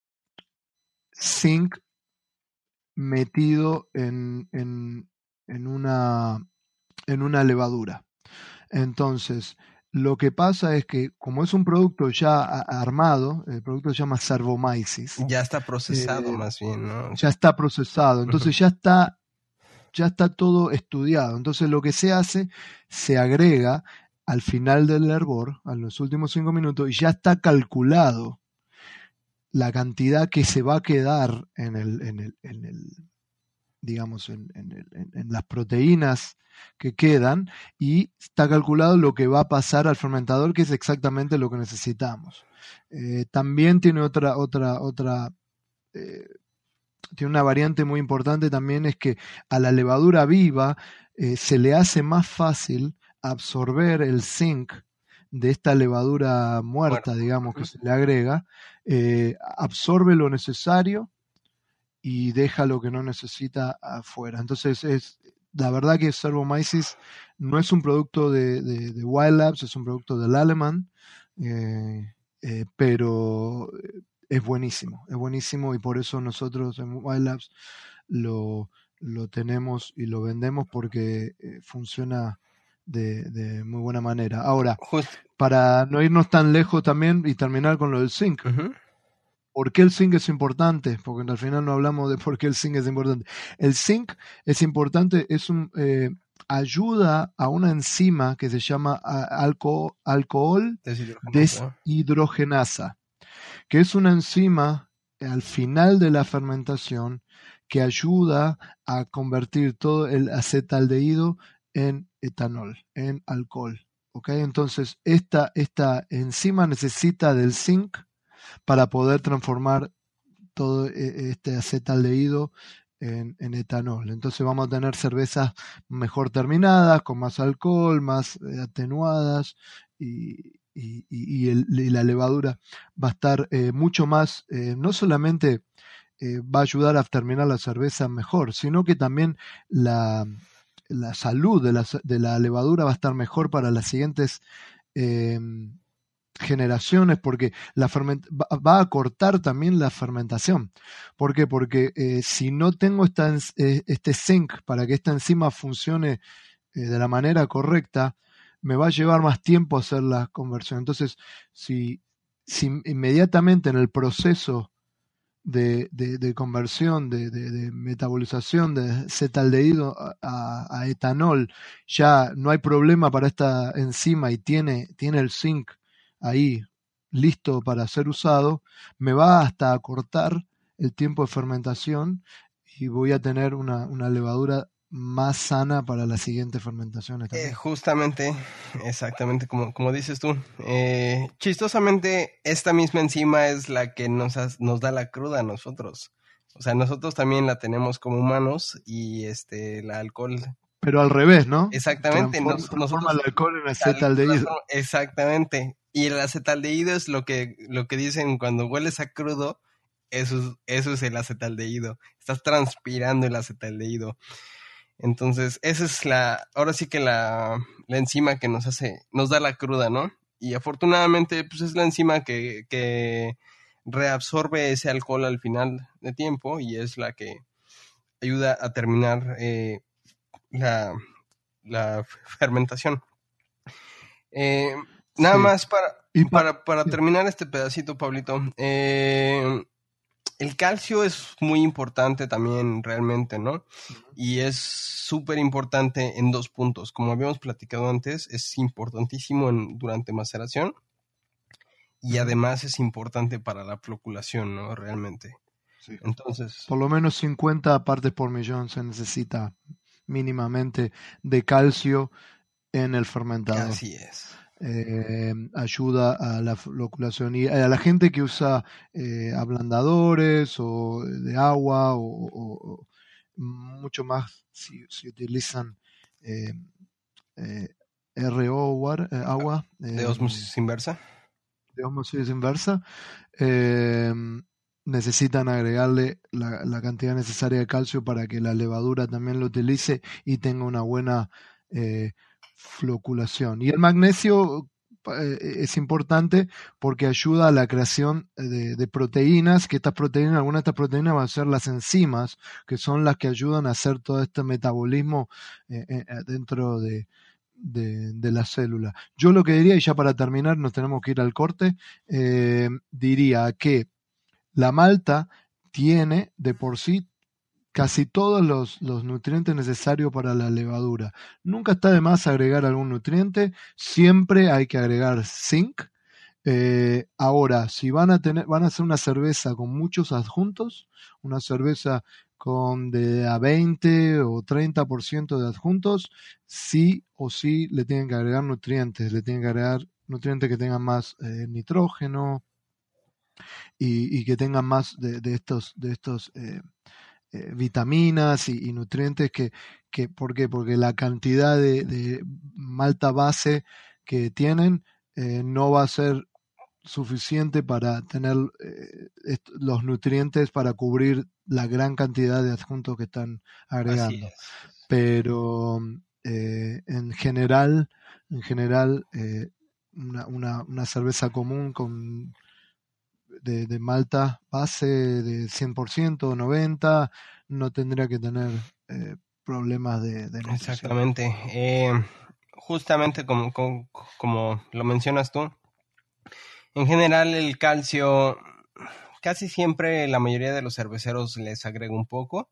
zinc metido en, en, en, una, en una levadura. Entonces, lo que pasa es que como es un producto ya armado, el producto se llama Cervomyces. Ya está procesado eh, más bien, ¿no? Ya está procesado, entonces uh-huh. ya está ya está todo estudiado. Entonces lo que se hace, se agrega al final del hervor, a los últimos cinco minutos, y ya está calculado la cantidad que se va a quedar en el, en el, en el digamos, en, en, en, en las proteínas que quedan, y está calculado lo que va a pasar al fermentador, que es exactamente lo que necesitamos. Eh, también tiene otra, otra, otra eh, tiene una variante muy importante también, es que a la levadura viva eh, se le hace más fácil absorber el zinc de esta levadura muerta, bueno, digamos, que se le agrega, eh, absorbe lo necesario y deja lo que no necesita afuera. Entonces, es la verdad que Cervomyces no es un producto de, de, de Wild Labs, es un producto del Alemán, eh, eh, pero es buenísimo, es buenísimo, y por eso nosotros en Wild Labs lo, lo tenemos y lo vendemos, porque eh, funciona de, de muy buena manera. Ahora, Just... para no irnos tan lejos también y terminar con lo del zinc, uh-huh. ¿Por qué el zinc es importante? Porque al final no hablamos de por qué el zinc es importante. El zinc es importante, es un, eh, ayuda a una enzima que se llama alco, alcohol deshidrogenasa. deshidrogenasa, que es una enzima al final de la fermentación que ayuda a convertir todo el acetaldehído en etanol, en alcohol. ¿Okay? Entonces, esta, esta enzima necesita del zinc para poder transformar todo este acetaldehído en, en etanol. Entonces vamos a tener cervezas mejor terminadas, con más alcohol, más atenuadas, y, y, y, el, y la levadura va a estar eh, mucho más, eh, no solamente eh, va a ayudar a terminar la cerveza mejor, sino que también la, la salud de la, de la levadura va a estar mejor para las siguientes eh, generaciones, porque la ferment- va a cortar también la fermentación. ¿Por qué? Porque eh, si no tengo esta, eh, este zinc para que esta enzima funcione eh, de la manera correcta, me va a llevar más tiempo hacer la conversión. Entonces, si, si inmediatamente en el proceso de, de, de conversión, de, de, de metabolización de acetaldehído a, a, a etanol, ya no hay problema para esta enzima y tiene, tiene el zinc ahí listo para ser usado, me va hasta a cortar el tiempo de fermentación y voy a tener una, una levadura más sana para las siguientes fermentaciones también. Eh, justamente, exactamente como, como dices tú. Eh, chistosamente, esta misma enzima es la que nos, has- nos da la cruda a nosotros. O sea, nosotros también la tenemos como humanos y este, el alcohol. Pero al revés, ¿no? Exactamente, Transforma, nos- transforma nosotros el alcohol en tal- acetaldehído. transform- exactamente. Y el acetaldehído es lo que, lo que dicen cuando hueles a crudo, eso es, eso es el acetaldehído. Estás transpirando el acetaldehído. Entonces, esa es la, ahora sí que la, la enzima que nos hace, nos da la cruda, ¿no? Y afortunadamente, pues es la enzima que, que reabsorbe ese alcohol al final de tiempo y es la que ayuda a terminar eh, la, la fermentación. Eh, nada Sí. más para, Y pa- para, para terminar este pedacito, Pablito. Eh, el calcio es muy importante también realmente, ¿no? Y es súper importante en dos puntos. Como habíamos platicado antes, es importantísimo en, durante maceración y además es importante para la floculación, ¿no? Realmente. Sí. Entonces, Por lo menos cincuenta partes por millón se necesita mínimamente de calcio en el fermentador. así es. Eh, ayuda a la floculación y a la gente que usa eh, ablandadores o de agua o, o- o mucho más si, si utilizan eh, eh, R O war- eh, agua De eh, osmosis inversa. de osmosis inversa, eh, necesitan agregarle la, la cantidad necesaria de calcio para que la levadura también lo utilice y tenga una buena eh, floculación. Y el magnesio eh, es importante porque ayuda a la creación de, de proteínas, que estas proteínas, algunas de estas proteínas van a ser las enzimas, que son las que ayudan a hacer todo este metabolismo eh, eh, dentro de, de, de la célula. Yo lo que diría, y ya para terminar nos tenemos que ir al corte, eh, diría que la malta tiene de por sí casi todos los, los nutrientes necesarios para la levadura. Nunca está de más agregar algún nutriente, siempre hay que agregar zinc. Eh, ahora, si van a tener, van a hacer una cerveza con muchos adjuntos, una cerveza con de a veinte o treinta por ciento de adjuntos, sí o sí le tienen que agregar nutrientes, le tienen que agregar nutrientes que tengan más eh, nitrógeno y, y, que tengan más de, de estos, de estos eh, eh, vitaminas y, y, nutrientes que, que, ¿por qué? Porque la cantidad de, de malta base que tienen eh, no va a ser suficiente para tener eh, est- los nutrientes para cubrir la gran cantidad de adjuntos que están Así agregando. es. Pero eh, en general, en general, eh, una, una, una cerveza común con de, de malta base de cien por ciento, noventa, no tendría que tener eh, problemas de, de nutrición. Exactamente. Eh, justamente como, como, como lo mencionas tú, en general el calcio, casi siempre la mayoría de los cerveceros les agrega un poco.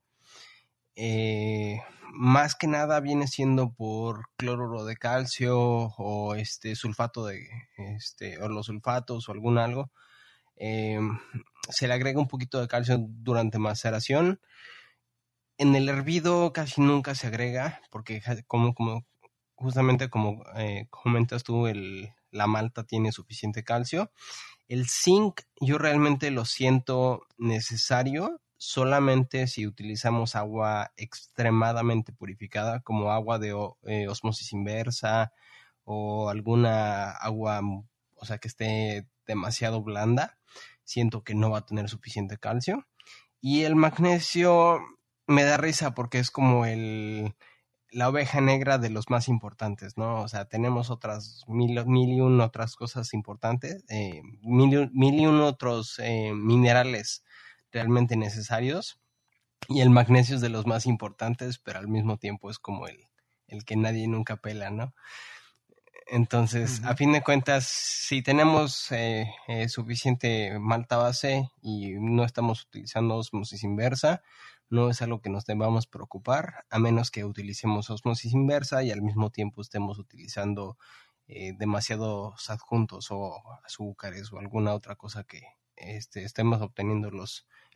Eh, más que nada viene siendo por cloruro de calcio o este sulfato de este o los sulfatos o algún algo. Eh, se le agrega un poquito de calcio durante maceración. En el hervido casi nunca se agrega porque como, como justamente como eh, comentas tú, el, la malta tiene suficiente calcio. El zinc yo realmente lo siento necesario solamente si utilizamos agua extremadamente purificada, como agua de eh, osmosis inversa o alguna agua, o sea, que esté demasiado blanda. Siento que no va a tener suficiente calcio. Y el magnesio me da risa porque es como el la oveja negra de los más importantes, ¿no? O sea, tenemos otras mil, mil y un otras cosas importantes, eh, mil, mil y un otros eh, minerales realmente necesarios, y el magnesio es de los más importantes, pero al mismo tiempo es como el, el que nadie nunca pela, ¿no? Entonces, uh-huh. A fin de cuentas, si tenemos eh, eh, suficiente malta base y no estamos utilizando osmosis inversa, no es algo que nos debamos preocupar, a menos que utilicemos osmosis inversa y al mismo tiempo estemos utilizando eh, demasiados adjuntos o azúcares o alguna otra cosa que este, estemos obteniendo los,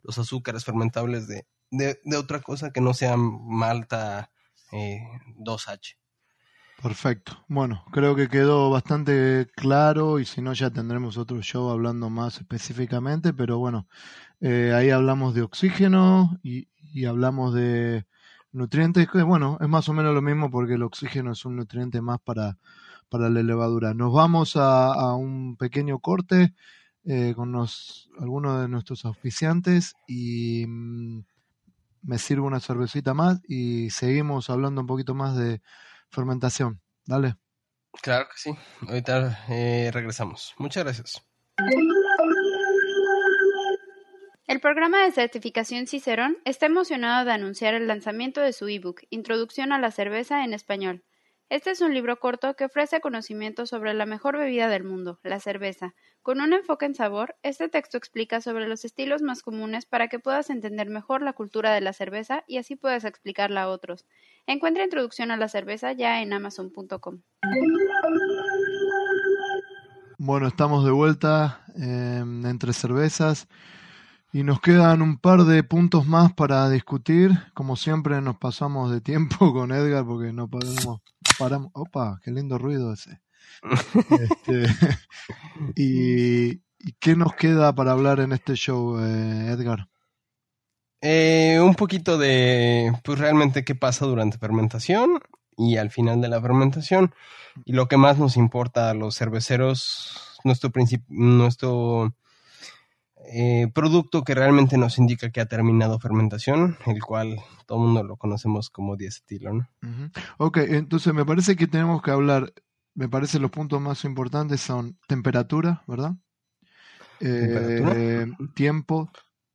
los azúcares fermentables de, de, de otra cosa que no sea malta eh, dos H. Perfecto. Bueno, creo que quedó bastante claro y si no ya tendremos otro show hablando más específicamente, pero bueno, eh, ahí hablamos de oxígeno y, y hablamos de nutrientes, que bueno, es más o menos lo mismo porque el oxígeno es un nutriente más para, para la levadura. Nos vamos a, a un pequeño corte eh, con nos, algunos de nuestros auspiciantes y mm, me sirvo una cervecita más y seguimos hablando un poquito más de fermentación. Dale. Claro que sí. Ahorita eh, regresamos. Muchas gracias. El programa de certificación Cicerón está emocionado de anunciar el lanzamiento de su ebook Introducción a la cerveza en español. Este es un libro corto que ofrece conocimientos sobre la mejor bebida del mundo, la cerveza. Con un enfoque en sabor, este texto explica sobre los estilos más comunes para que puedas entender mejor la cultura de la cerveza y así puedas explicarla a otros. Encuentra Introducción a la cerveza ya en amazon punto com. Bueno, estamos de vuelta eh, entre cervezas y nos quedan un par de puntos más para discutir. Como siempre nos pasamos de tiempo con Edgar porque no podemos, paramos. Opa, qué lindo ruido ese. Este, y, ¿Y qué nos queda para hablar en este show, eh, Edgar? Eh, un poquito de, pues realmente qué pasa durante fermentación y al final de la fermentación. Y lo que más nos importa a los cerveceros, nuestro princip- nuestro eh, producto que realmente nos indica que ha terminado fermentación, el cual todo el mundo lo conocemos como diacetilo, ¿no? Uh-huh. Ok, entonces me parece que tenemos que hablar, me parece los puntos más importantes son temperatura, ¿verdad? ¿Temperatura? Eh, tiempo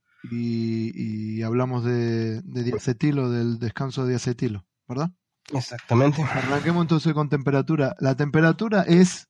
y, y hablamos de, de diacetilo, del descanso de diacetilo, ¿verdad? Exactamente. Arranquemos entonces con temperatura. La temperatura es,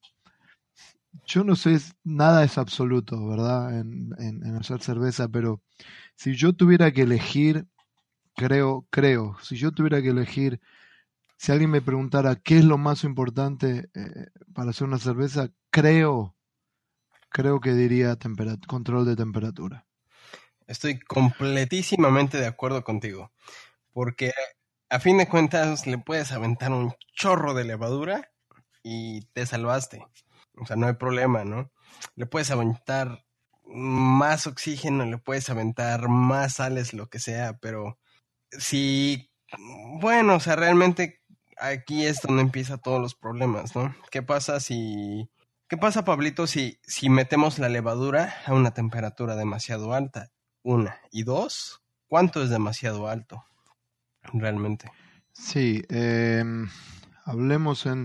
yo no sé, nada es absoluto, ¿verdad? En, en, en hacer cerveza, pero si yo tuviera que elegir, creo, creo, si yo tuviera que elegir, si alguien me preguntara qué es lo más importante eh, para hacer una cerveza, creo, creo que diría temperat- control de temperatura. Estoy completísimamente de acuerdo contigo, porque a fin de cuentas le puedes aventar un chorro de levadura y te salvaste. O sea, no hay problema, ¿no? Le puedes aventar más oxígeno, le puedes aventar más sales, lo que sea, pero si, bueno, o sea, realmente aquí es donde empiezan todos los problemas, ¿no? ¿Qué pasa si, qué pasa, Pablito, si, si metemos la levadura a una temperatura demasiado alta? Una. Y dos, ¿cuánto es demasiado alto? Realmente. Sí, eh, hablemos en,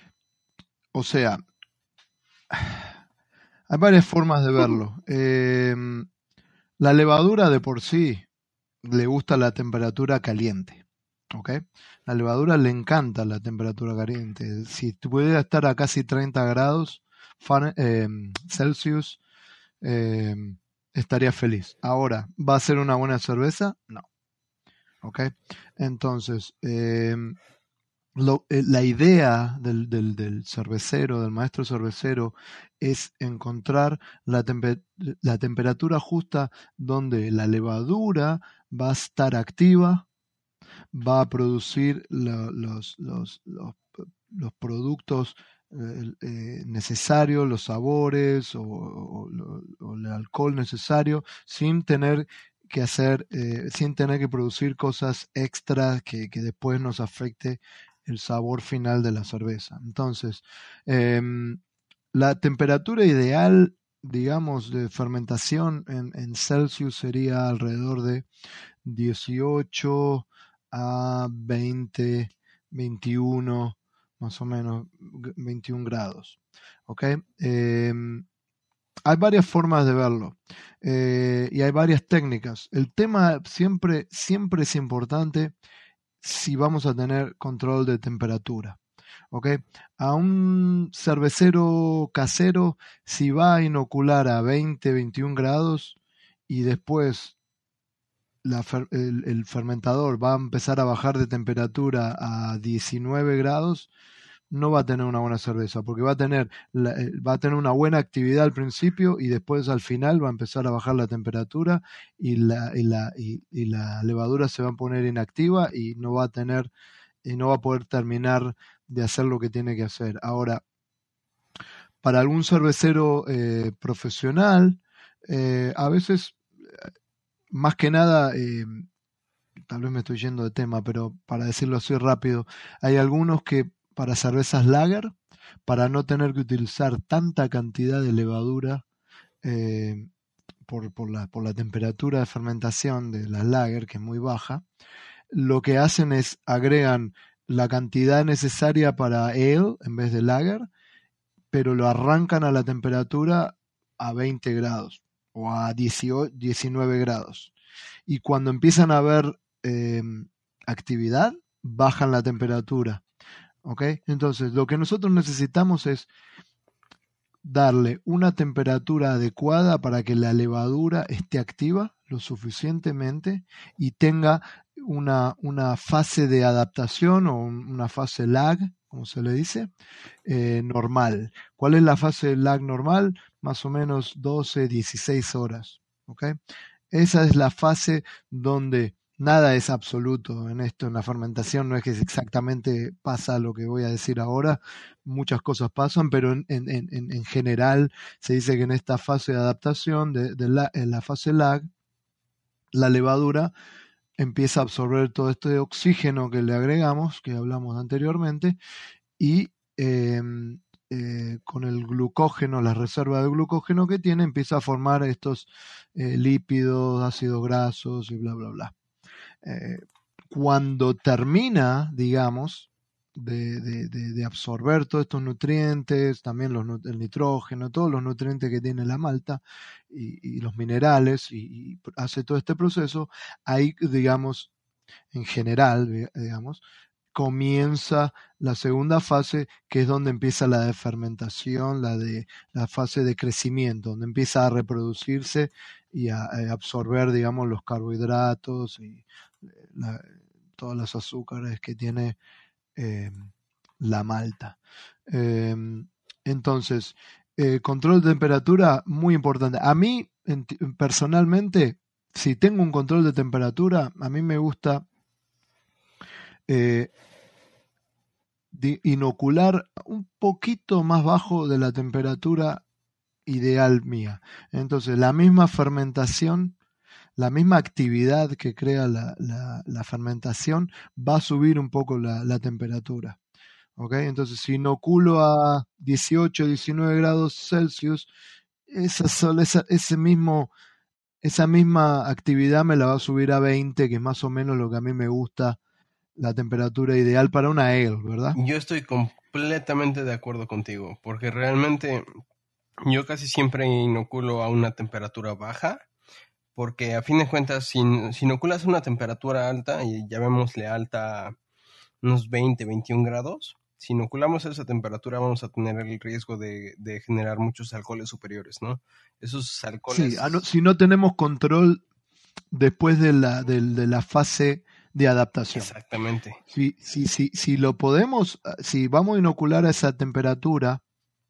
o sea, hay varias formas de verlo. Eh, la levadura de por sí le gusta la temperatura caliente, ¿ok? La levadura le encanta la temperatura caliente. Si pudiera estar a casi treinta grados Fahrenheit, eh, Celsius, eh, estaría feliz. Ahora, ¿va a ser una buena cerveza? No. ¿Ok? Entonces, eh, Lo, eh, la idea del, del, del cervecero, del maestro cervecero, es encontrar la, tempe- la temperatura justa donde la levadura va a estar activa, va a producir lo- los, los, los, los productos eh, eh, necesarios, los sabores o, o- o- o el alcohol necesario, sin tener que hacer, eh, sin tener que producir cosas extras que, que después nos afecte el sabor final de la cerveza. Entonces, em, la temperatura ideal, digamos, de fermentación en, en Celsius sería alrededor de dieciocho a veinte, veintiuno, más o menos veintiún grados. ¿Ok? Em, hay varias formas de verlo eh, y hay varias técnicas. El tema siempre, siempre es importante si vamos a tener control de temperatura. ¿Ok? A un cervecero casero, si va a inocular a veinte, veintiún grados y después la fer- el, el fermentador va a empezar a bajar de temperatura a diecinueve grados, no va a tener una buena cerveza, porque va a tener la, va a tener una buena actividad al principio y después al final va a empezar a bajar la temperatura y la, y la, y, y la levadura se va a poner inactiva y no va a tener, y no va a poder terminar de hacer lo que tiene que hacer. Ahora, para algún cervecero eh, profesional, eh, a veces, más que nada, eh, tal vez me estoy yendo de tema, pero para decirlo así rápido, hay algunos que para cervezas lager, para no tener que utilizar tanta cantidad de levadura eh, por, por, la, por la temperatura de fermentación de las lager, que es muy baja, lo que hacen es agregan la cantidad necesaria para ale en vez de lager, pero lo arrancan a la temperatura a veinte grados o a dieciocho, diecinueve grados. Y cuando empiezan a ver eh, actividad, bajan la temperatura. ¿Ok? Entonces, lo que nosotros necesitamos es darle una temperatura adecuada para que la levadura esté activa lo suficientemente y tenga una, una fase de adaptación o una fase lag, como se le dice, eh, normal. ¿Cuál es la fase lag normal? Más o menos doce, dieciséis horas. ¿Ok? Esa es la fase donde nada es absoluto en esto, en la fermentación, no es que exactamente pasa lo que voy a decir ahora, muchas cosas pasan, pero en, en, en, en general se dice que en esta fase de adaptación, de, de la, en la fase lag, la levadura empieza a absorber todo este oxígeno que le agregamos, que hablamos anteriormente, y eh, eh, con el glucógeno, la reserva de glucógeno que tiene, empieza a formar estos eh, lípidos, ácidos grasos y bla, bla, bla. Eh, cuando termina, digamos, de, de, de, de absorber todos estos nutrientes, también los, el nitrógeno, todos los nutrientes que tiene la malta y, y los minerales, y, y hace todo este proceso, ahí, digamos, en general, digamos, comienza la segunda fase, que es donde empieza la de fermentación, la de la fase de crecimiento, donde empieza a reproducirse y a, a absorber, digamos, los carbohidratos y la, todas las azúcares que tiene eh, la malta. Eh, entonces, eh, control de temperatura, muy importante. A mí, en, personalmente, si tengo un control de temperatura, a mí me gusta eh, inocular un poquito más bajo de la temperatura ideal mía. Entonces, la misma fermentación, la misma actividad que crea la, la, la fermentación va a subir un poco la, la temperatura. ¿Okay? Entonces, si inoculo a dieciocho, diecinueve grados Celsius, esa, esa, ese mismo, esa misma actividad me la va a subir a veinte, que es más o menos lo que a mí me gusta, la temperatura ideal para una ale, ¿verdad? Yo estoy completamente de acuerdo contigo, porque realmente yo casi siempre inoculo a una temperatura baja, porque a fin de cuentas, si, si inoculas a una temperatura alta, y llamémosle alta unos veinte, veintiún grados, si inoculamos a esa temperatura vamos a tener el riesgo de, de generar muchos alcoholes superiores, ¿no? Esos alcoholes... Sí, no, si no tenemos control después de la, de, de la fase de adaptación. Exactamente. Si, si, si, si lo podemos, si vamos a inocular a esa temperatura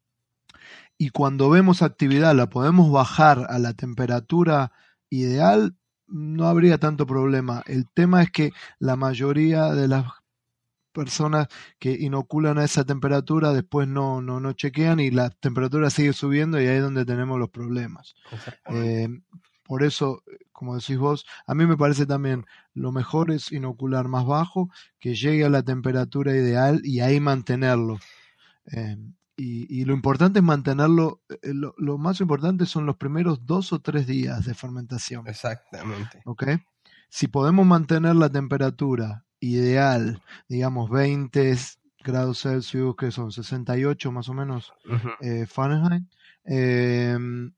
y cuando vemos actividad la podemos bajar a la temperatura ideal, no habría tanto problema. El tema es que la mayoría de las personas que inoculan a esa temperatura después no, no, no chequean y la temperatura sigue subiendo y ahí es donde tenemos los problemas. Eh, por eso, como decís vos, a mí me parece también lo mejor es inocular más bajo, que llegue a la temperatura ideal y ahí mantenerlo. Eh, y, y lo importante es mantenerlo, eh, lo, lo más importante son los primeros dos o tres días de fermentación. Exactamente. ¿Okay? Si podemos mantener la temperatura ideal, digamos veinte grados Celsius, que son sesenta y ocho más o menos uh-huh. eh, Fahrenheit, eh,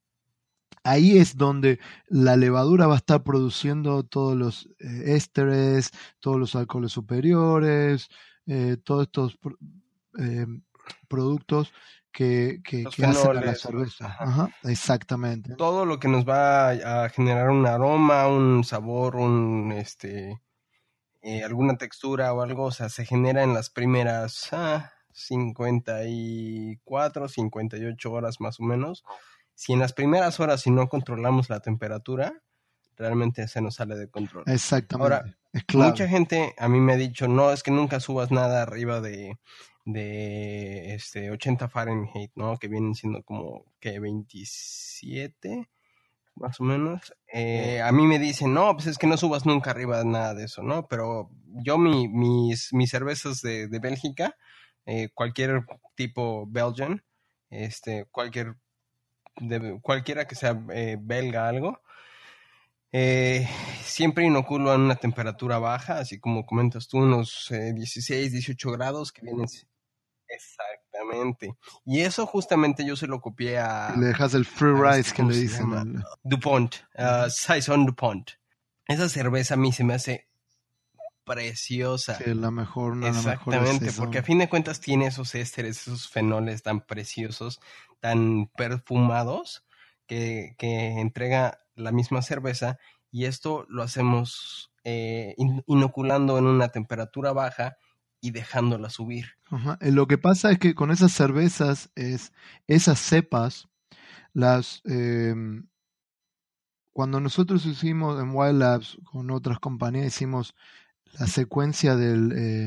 ahí es donde la levadura va a estar produciendo todos los eh, ésteres, todos los alcoholes superiores, eh, todos estos eh, productos que, que, que hacen a la cerveza. Ajá. Ajá, exactamente. Todo lo que nos va a generar un aroma, un sabor, un este eh, alguna textura o algo, o sea, se genera en las primeras ah, cincuenta y cuatro, cincuenta y ocho horas más o menos. Si en las primeras horas, si no controlamos la temperatura, realmente se nos sale de control. Exactamente. Ahora, es clave. Mucha gente a mí me ha dicho, no, es que nunca subas nada arriba de, de este ochenta Fahrenheit, ¿no? Que vienen siendo como que veintisiete, más o menos. Eh, a mí me dicen, no, pues es que no subas nunca arriba de nada de eso, ¿no? Pero yo mi, mis, mis cervezas de, de Bélgica, eh, cualquier tipo Belgian, este, cualquier, de, cualquiera que sea eh, belga algo, Eh, siempre inoculo en una temperatura baja, así como comentas tú, unos eh, dieciséis, dieciocho grados que vienen. Exactamente. Y eso justamente yo se lo copié a... Y le dejas el free a rise este, que ¿cómo le se dicen. llama? El... DuPont, uh, Saison DuPont. Esa cerveza a mí se me hace preciosa. Sí, la mejor, una de las mejores. Exactamente, porque a fin de cuentas tiene esos ésteres, esos fenoles tan preciosos, tan perfumados, que, que entrega la misma cerveza, y esto lo hacemos eh, in- inoculando en una temperatura baja y dejándola subir. Ajá. Lo que pasa es que con esas cervezas, es esas cepas, las eh, cuando nosotros hicimos en Wild Labs con otras compañías, hicimos la secuencia del eh,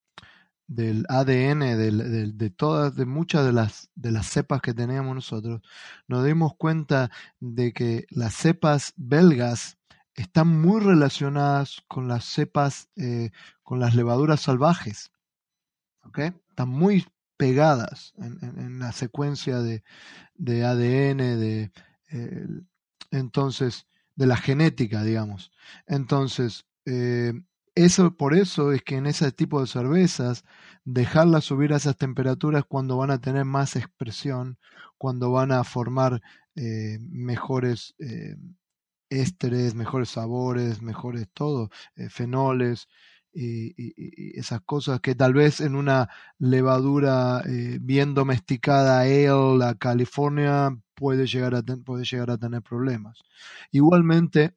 del A D N del, del, de todas, de muchas de las de las cepas que teníamos nosotros, nos dimos cuenta de que las cepas belgas están muy relacionadas con las cepas, eh, con las levaduras salvajes, ¿ok? Están muy pegadas en, en, en la secuencia de, de A D N, de eh, entonces de la genética, digamos. Entonces, eh, eso por eso es que en ese tipo de cervezas dejarlas subir a esas temperaturas cuando van a tener más expresión, cuando van a formar eh, mejores eh, ésteres, mejores sabores, mejores todo, eh, fenoles y, y, y esas cosas que tal vez en una levadura eh, bien domesticada ale, la California, puede llegar a ten, puede llegar a tener problemas. Igualmente,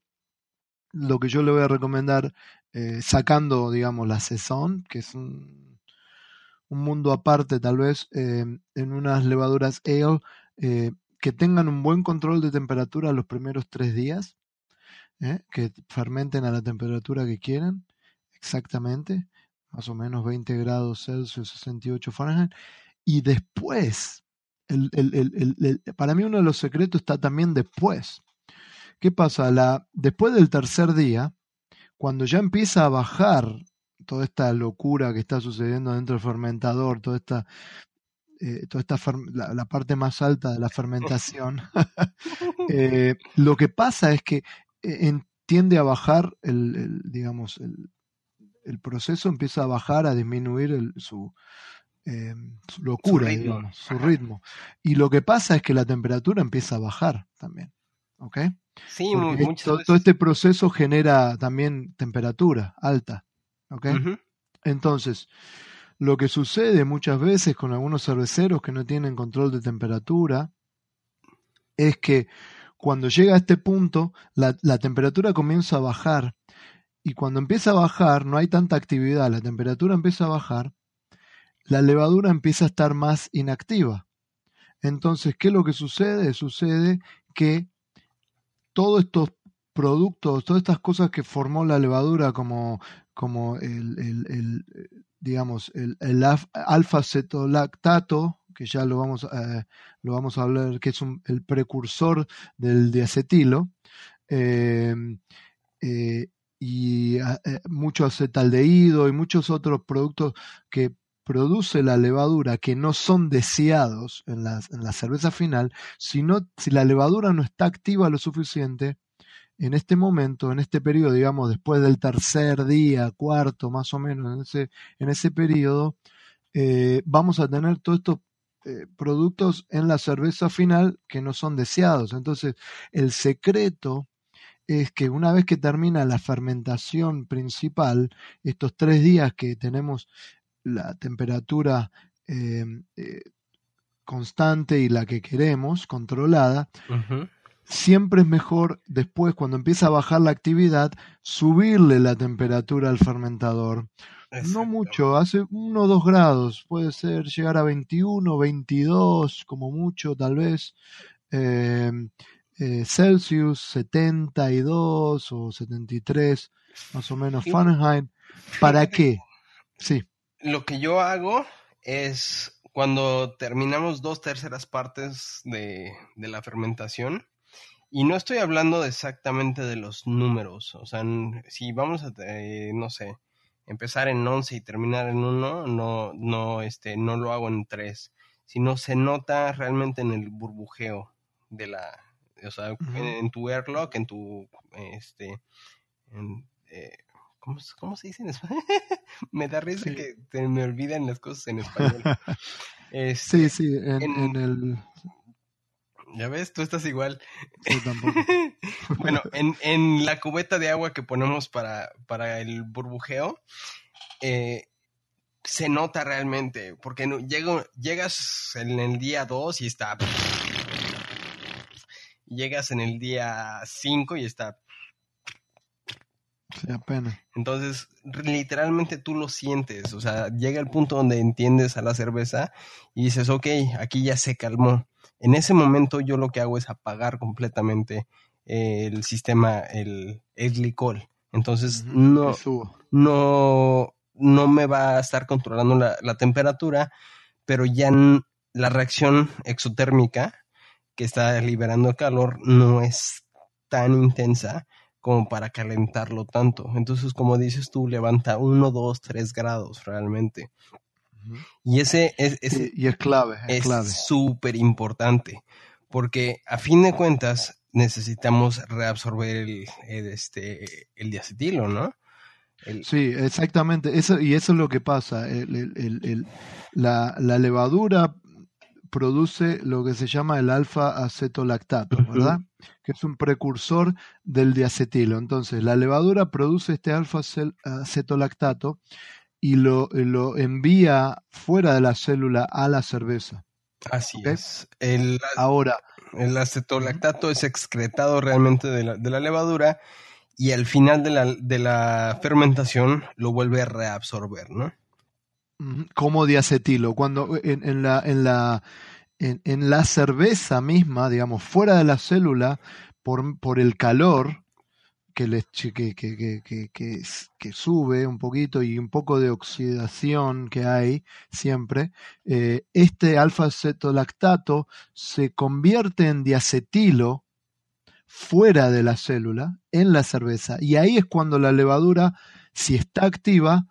lo que yo le voy a recomendar, eh, sacando, digamos, la Saison, que es un, un mundo aparte tal vez, eh, en unas levaduras ale, eh, que tengan un buen control de temperatura los primeros tres días, ¿eh? Que fermenten a la temperatura que quieran, exactamente, más o menos veinte grados Celsius, sesenta y ocho Fahrenheit, y después, el, el, el, el, para mí uno de los secretos está también después. ¿Qué pasa? La, después del tercer día, cuando ya empieza a bajar toda esta locura que está sucediendo dentro del fermentador, toda esta, eh, toda esta la, la parte más alta de la fermentación, eh, lo que pasa es que en, tiende a bajar el, el digamos el, el proceso empieza a bajar, a disminuir el, su, eh, su locura, su ritmo. digamos, su ritmo. Y lo que pasa es que la temperatura empieza a bajar también, ¿ok? Sí, porque muchas todo, veces... todo este proceso genera también temperatura alta, ¿ok? Uh-huh. Entonces, lo que sucede muchas veces con algunos cerveceros que no tienen control de temperatura es que cuando llega a este punto, la, la temperatura comienza a bajar, y cuando empieza a bajar, no hay tanta actividad, la temperatura empieza a bajar, la levadura empieza a estar más inactiva. Entonces, ¿qué es lo que sucede? Sucede que todos estos productos, todas estas cosas que formó la levadura, como, como el, el, el digamos, el, el alfa-acetolactato, que ya lo vamos, eh, lo vamos a hablar, que es un, el precursor del diacetilo, eh, eh, y eh, mucho acetaldehído y muchos otros productos que produce la levadura que no son deseados en la, en la cerveza final, sino si la levadura no está activa lo suficiente, en este momento, en este periodo, digamos, después del tercer día, cuarto, más o menos, en ese, en ese periodo, eh, vamos a tener todos estos eh, productos en la cerveza final que no son deseados. Entonces, el secreto es que una vez que termina la fermentación principal, estos tres días que tenemos la temperatura eh, eh, constante y la que queremos, controlada, uh-huh. siempre es mejor después, cuando empieza a bajar la actividad, subirle la temperatura al fermentador, no mucho, hace uno o dos grados, puede ser llegar a veintiuno, veintidós, como mucho tal vez, eh, eh, Celsius, setenta y dos o setenta y tres, más o menos Fahrenheit. ¿Para qué? Sí. Lo que yo hago es cuando terminamos dos terceras partes de, de la fermentación, y no estoy hablando de exactamente de los números, o sea, si vamos a, eh, no sé, empezar en once y terminar en uno, no, no, este, no lo hago en tres, sino se nota realmente en el burbujeo de la, o sea, uh-huh. en, en tu airlock, en tu, este, en, eh, ¿cómo, ¿cómo se dice en español? Me da risa sí. que te, me olvidan las cosas en español. Este, sí, sí, en, en, en el... Ya ves, tú estás igual. Sí, tampoco. Bueno, en, en la cubeta de agua que ponemos para, para el burbujeo, eh, se nota realmente, porque no, llego, llegas en el día dos y está... Llegas en el día cinco y está... Sí, apenas. Entonces, literalmente tú lo sientes, o sea, llega el punto donde entiendes a la cerveza y dices, ok, aquí ya se calmó. En ese momento yo lo que hago es apagar completamente eh, el sistema, el, el glicol. Entonces, uh-huh. no, no, no me va a estar controlando la, la temperatura, pero ya n- la reacción exotérmica que está liberando calor no es tan intensa como para calentarlo tanto. Entonces, como dices tú, levanta uno, dos, tres grados realmente. Uh-huh. Y ese es, ese sí, y es clave, es clave. súper importante, porque a fin de cuentas necesitamos reabsorber el, el, este, el diacetilo, ¿no? El... Sí, exactamente. Eso, y eso es lo que pasa. El, el, el, el, la, la levadura produce lo que se llama el alfa-acetolactato, ¿verdad? Uh-huh. Que es un precursor del diacetilo. Entonces, la levadura produce este alfa-acetolactato y lo, lo envía fuera de la célula a la cerveza. Así ¿okay? es. El, Ahora, el acetolactato uh-huh. es excretado realmente de la, de la levadura y al final de la, de la fermentación lo vuelve a reabsorber, ¿no? Como diacetilo. Cuando en, en la en la en, en la cerveza misma, digamos, fuera de la célula, por, por el calor que, les, que, que, que, que, que, que sube un poquito y un poco de oxidación que hay siempre, eh, este alfa-acetolactato se convierte en diacetilo fuera de la célula, en la cerveza. Y ahí es cuando la levadura, si está activa,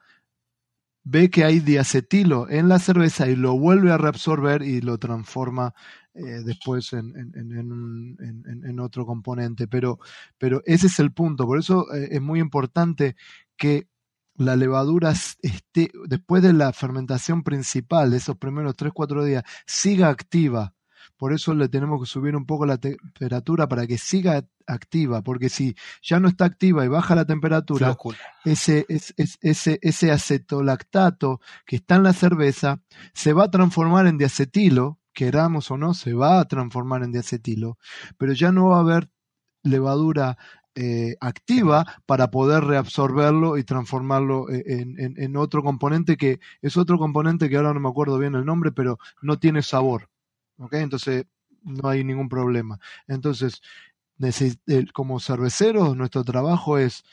ve que hay diacetilo en la cerveza y lo vuelve a reabsorber y lo transforma eh, después en, en, en, en, en, en otro componente. Pero, pero ese es el punto. Por eso eh, es muy importante que la levadura esté, después de la fermentación principal, de esos primeros tres cuatro días, siga activa. Por eso le tenemos que subir un poco la temperatura para que siga activa, porque si ya no está activa y baja la temperatura, ese, ese, ese, ese acetolactato que está en la cerveza se va a transformar en diacetilo, queramos o no, se va a transformar en diacetilo, pero ya no va a haber levadura eh, activa para poder reabsorberlo y transformarlo en, en, en otro componente que es otro componente que ahora no me acuerdo bien el nombre, pero no tiene sabor. ¿Okay? Entonces no hay ningún problema. Entonces, como cerveceros, nuestro trabajo es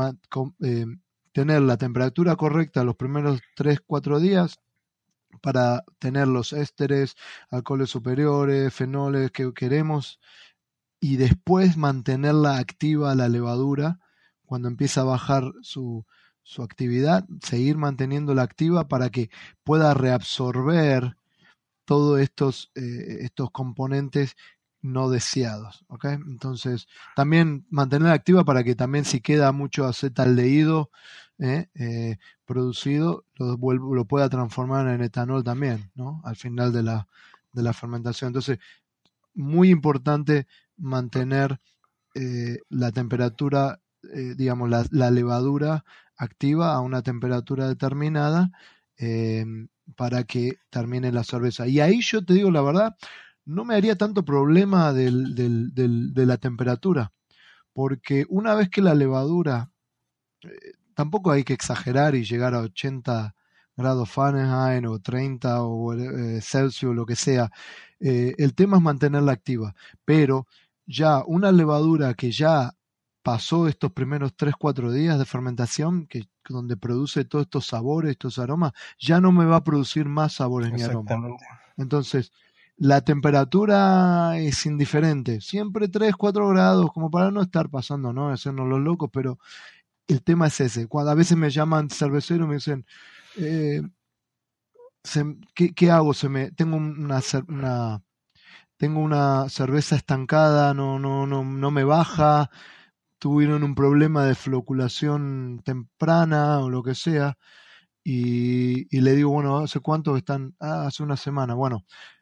eh, tener la temperatura correcta los primeros tres cuatro días para tener los ésteres, alcoholes superiores, fenoles que queremos y después mantenerla activa la levadura cuando empieza a bajar su, su actividad, seguir manteniéndola activa para que pueda reabsorber todos estos, eh, estos componentes no deseados, ¿ok? Entonces, también mantenerla activa para que también si queda mucho acetaldehído eh, eh, producido, lo, vuelvo, lo pueda transformar en etanol también, ¿no? Al final de la, de la fermentación. Entonces, muy importante mantener eh, la temperatura, eh, digamos, la, la levadura activa a una temperatura determinada, eh, para que termine la cerveza. Y ahí yo te digo la verdad, no me haría tanto problema del, del, del, de la temperatura, porque una vez que la levadura eh, tampoco hay que exagerar y llegar a ochenta grados Fahrenheit o treinta o eh, Celsius, lo que sea. Eh, el tema es mantenerla activa, pero ya una levadura que ya pasó estos primeros tres cuatro días de fermentación, que donde produce todos estos sabores, estos aromas, ya no me va a producir más sabores ni aromas. Entonces, la temperatura es indiferente, siempre tres cuatro grados, como para no estar pasando, ¿no? Hacernos los locos, pero el tema es ese. Cuando a veces me llaman cerveceros y me dicen, eh, se, ¿qué, ¿qué hago? Se me, tengo una, una tengo una cerveza estancada, no, no, no, no me baja, tuvieron un problema de floculación temprana o lo que sea, y, y le digo, bueno, ¿hace cuánto que están? Ah, hace una semana. Bueno,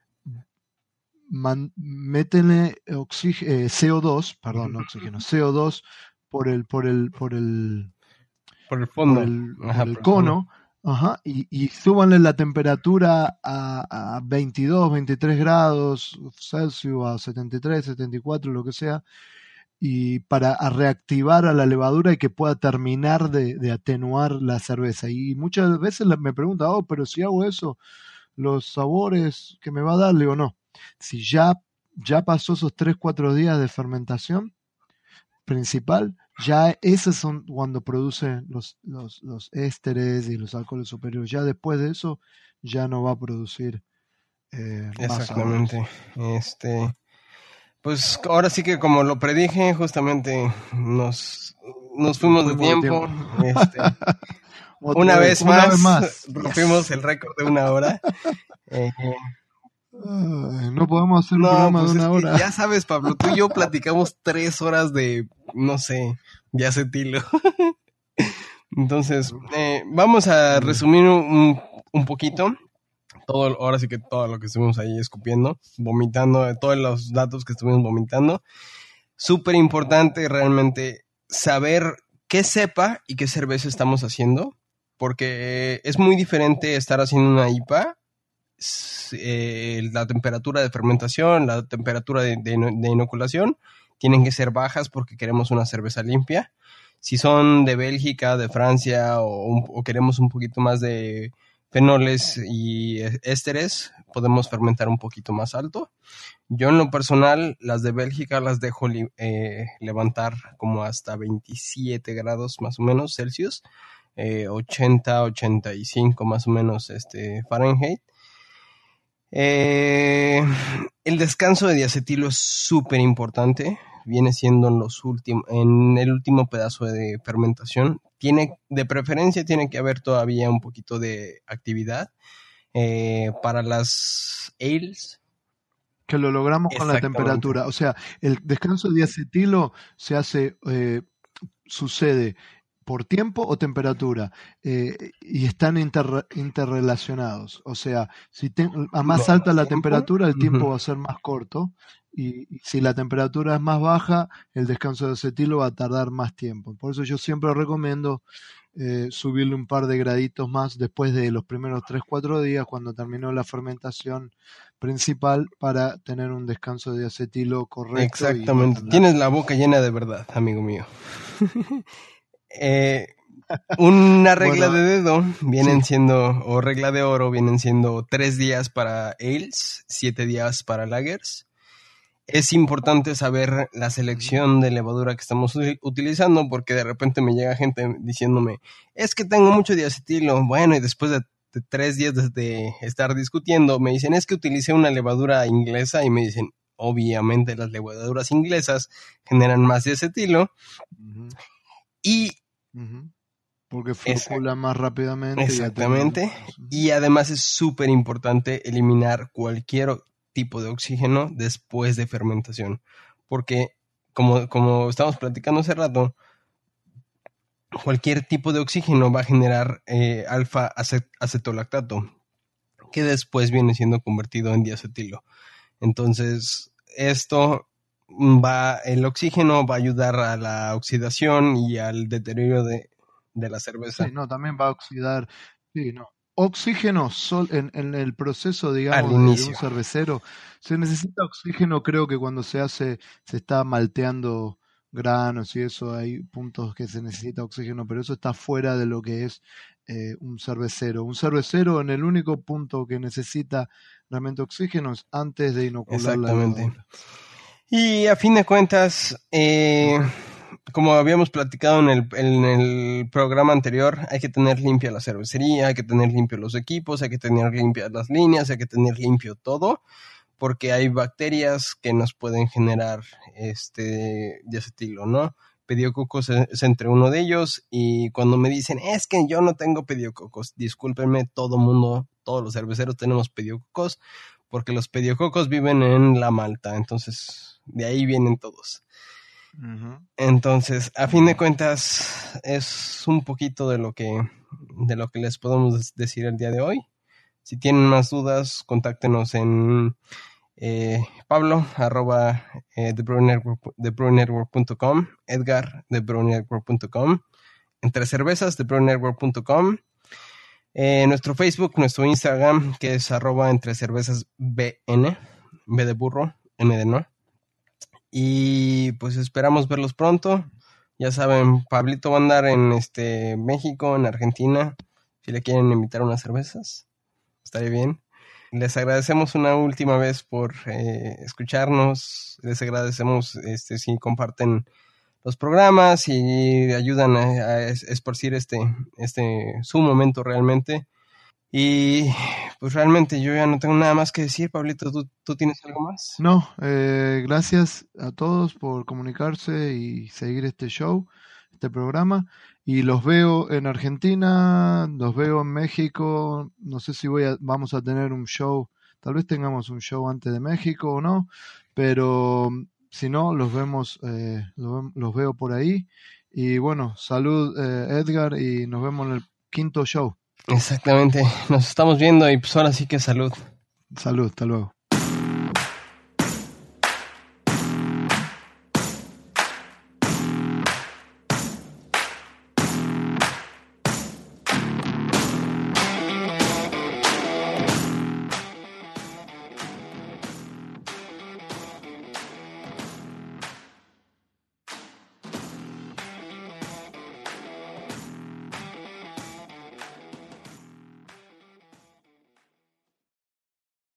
man, métenle oxígeno, eh, C O dos, perdón, no oxígeno, C O dos por el, por el, por el, por el fondo, por el, Ajá, por el por cono, el ajá, y, y súbanle la temperatura a, a veintidós, veintitrés grados Celsius, a setenta y tres, setenta y cuatro, lo que sea, y para a reactivar a la levadura y que pueda terminar de, de atenuar la cerveza. Y muchas veces me preguntan, oh, pero si hago eso, los sabores que me va a dar, le digo, no. Si ya, ya pasó esos tres cuatro días de fermentación principal, ya esos son cuando producen los, los, los ésteres y los alcoholes superiores. Ya después de eso, ya no va a producir eh, más Exactamente. sabores. Este... Pues ahora sí que como lo predije, justamente nos, nos fuimos, nos fuimos de tiempo. De tiempo. Este, una vez, vez más, una vez más. rompimos yes. el récord de una hora. eh, uh, no podemos hacer no, un programa pues de una hora. Ya sabes, Pablo, tú y yo platicamos tres horas de, no sé, de acetilo. Entonces, eh, vamos a resumir un, un poquito. Todo, ahora sí que todo lo que estuvimos ahí escupiendo, vomitando, todos los datos que estuvimos vomitando. Súper importante realmente saber qué cepa y qué cerveza estamos haciendo, porque es muy diferente estar haciendo una I P A, eh, la temperatura de fermentación, la temperatura de, de, de inoculación, tienen que ser bajas porque queremos una cerveza limpia. Si son de Bélgica, de Francia o, o queremos un poquito más de fenoles y ésteres, podemos fermentar un poquito más alto. Yo en lo personal, las de Bélgica las dejo eh, levantar como hasta veintisiete grados más o menos Celsius, eh, ochenta, ochenta y cinco más o menos este, Fahrenheit. Eh, el descanso de diacetilo es súper importante, viene siendo en, los últimos, en el último pedazo de fermentación. Tiene, de preferencia tiene que haber todavía un poquito de actividad eh, para las ales. Que lo logramos con la temperatura. O sea, el descanso de diacetilo se hace, eh, sucede por tiempo o temperatura, eh, y están inter, interrelacionados. O sea, si te, a más no, alta la tiempo, temperatura, el tiempo uh-huh. va a ser más corto. Y, y si la temperatura es más baja, el descanso de acetilo va a tardar más tiempo. Por eso yo siempre recomiendo eh, subirle un par de graditos más después de los primeros tres cuatro días, cuando terminó la fermentación principal, para tener un descanso de acetilo correcto. Exactamente. Y tienes la boca llena de verdad, amigo mío. eh, una regla bueno, de dedo vienen sí. siendo, o regla de oro, vienen siendo tres días para ales, siete días para lagers. Es importante saber la selección de levadura que estamos utilizando, porque de repente me llega gente diciéndome, es que tengo mucho diacetilo. Bueno, y después de, de tres días de estar discutiendo, me dicen, es que utilicé una levadura inglesa, y me dicen, obviamente las levaduras inglesas generan más diacetilo. Uh-huh. Y... Uh-huh. Porque flocula más rápidamente. Exactamente. Y, y además es súper importante eliminar cualquier tipo de oxígeno después de fermentación, porque como, como estamos platicando hace rato, cualquier tipo de oxígeno va a generar eh, alfa acet- acetolactato, que después viene siendo convertido en diacetilo. Entonces esto va, el oxígeno va a ayudar a la oxidación y al deterioro de, de la cerveza. Sí, no, también va a oxidar, sí, no. Oxígeno sol, en, en el proceso, digamos, de, de un cervecero. Se necesita oxígeno, creo que cuando se hace, se está malteando granos y eso, hay puntos que se necesita oxígeno, pero eso está fuera de lo que es eh, un cervecero. Un cervecero en el único punto que necesita realmente oxígeno es antes de inocular la levadura. Y a fin de cuentas, eh, como habíamos platicado en el, en el programa anterior, hay que tener limpia la cervecería, hay que tener limpio los equipos, hay que tener limpias las líneas, hay que tener limpio todo, porque hay bacterias que nos pueden generar este diacetilo, ¿no? Pediococcus es entre uno de ellos, y cuando me dicen, es que yo no tengo pediococcus, discúlpenme, todo mundo, todos los cerveceros tenemos pediococcus, porque los pediococos viven en la malta, entonces de ahí vienen todos. Uh-huh. Entonces, a fin de cuentas, es un poquito de lo que, de lo que les podemos decir el día de hoy. Si tienen más dudas, contáctenos en eh, Pablo, arroba eh, thebrewingnetwork punto com, Edgar, thebrewingnetwork punto com, entre cervezas, thebrewingnetwork punto com, eh, nuestro Facebook, nuestro Instagram, que es arroba entre cervezas bn, B de burro, N de no. Y pues esperamos verlos pronto. Ya saben, Pablito va a andar en este México, en Argentina, si le quieren invitar unas cervezas. Estaría bien. Les agradecemos una última vez por eh, escucharnos. Les agradecemos este, si comparten los programas y ayudan a, a esparcir este, este su momento realmente. Y pues realmente yo ya no tengo nada más que decir. Pablito, ¿tú, tú tienes algo más? No, eh, gracias a todos por comunicarse y seguir este show, este programa. Y los veo en Argentina, los veo en México. No sé si voy a, vamos a tener un show, tal vez tengamos un show antes de México o no, pero si no, los vemos, eh, los, los veo por ahí. Y bueno, salud eh, Edgar, y nos vemos en el quinto show. Exactamente, nos estamos viendo y pues ahora sí que salud. Salud, hasta luego.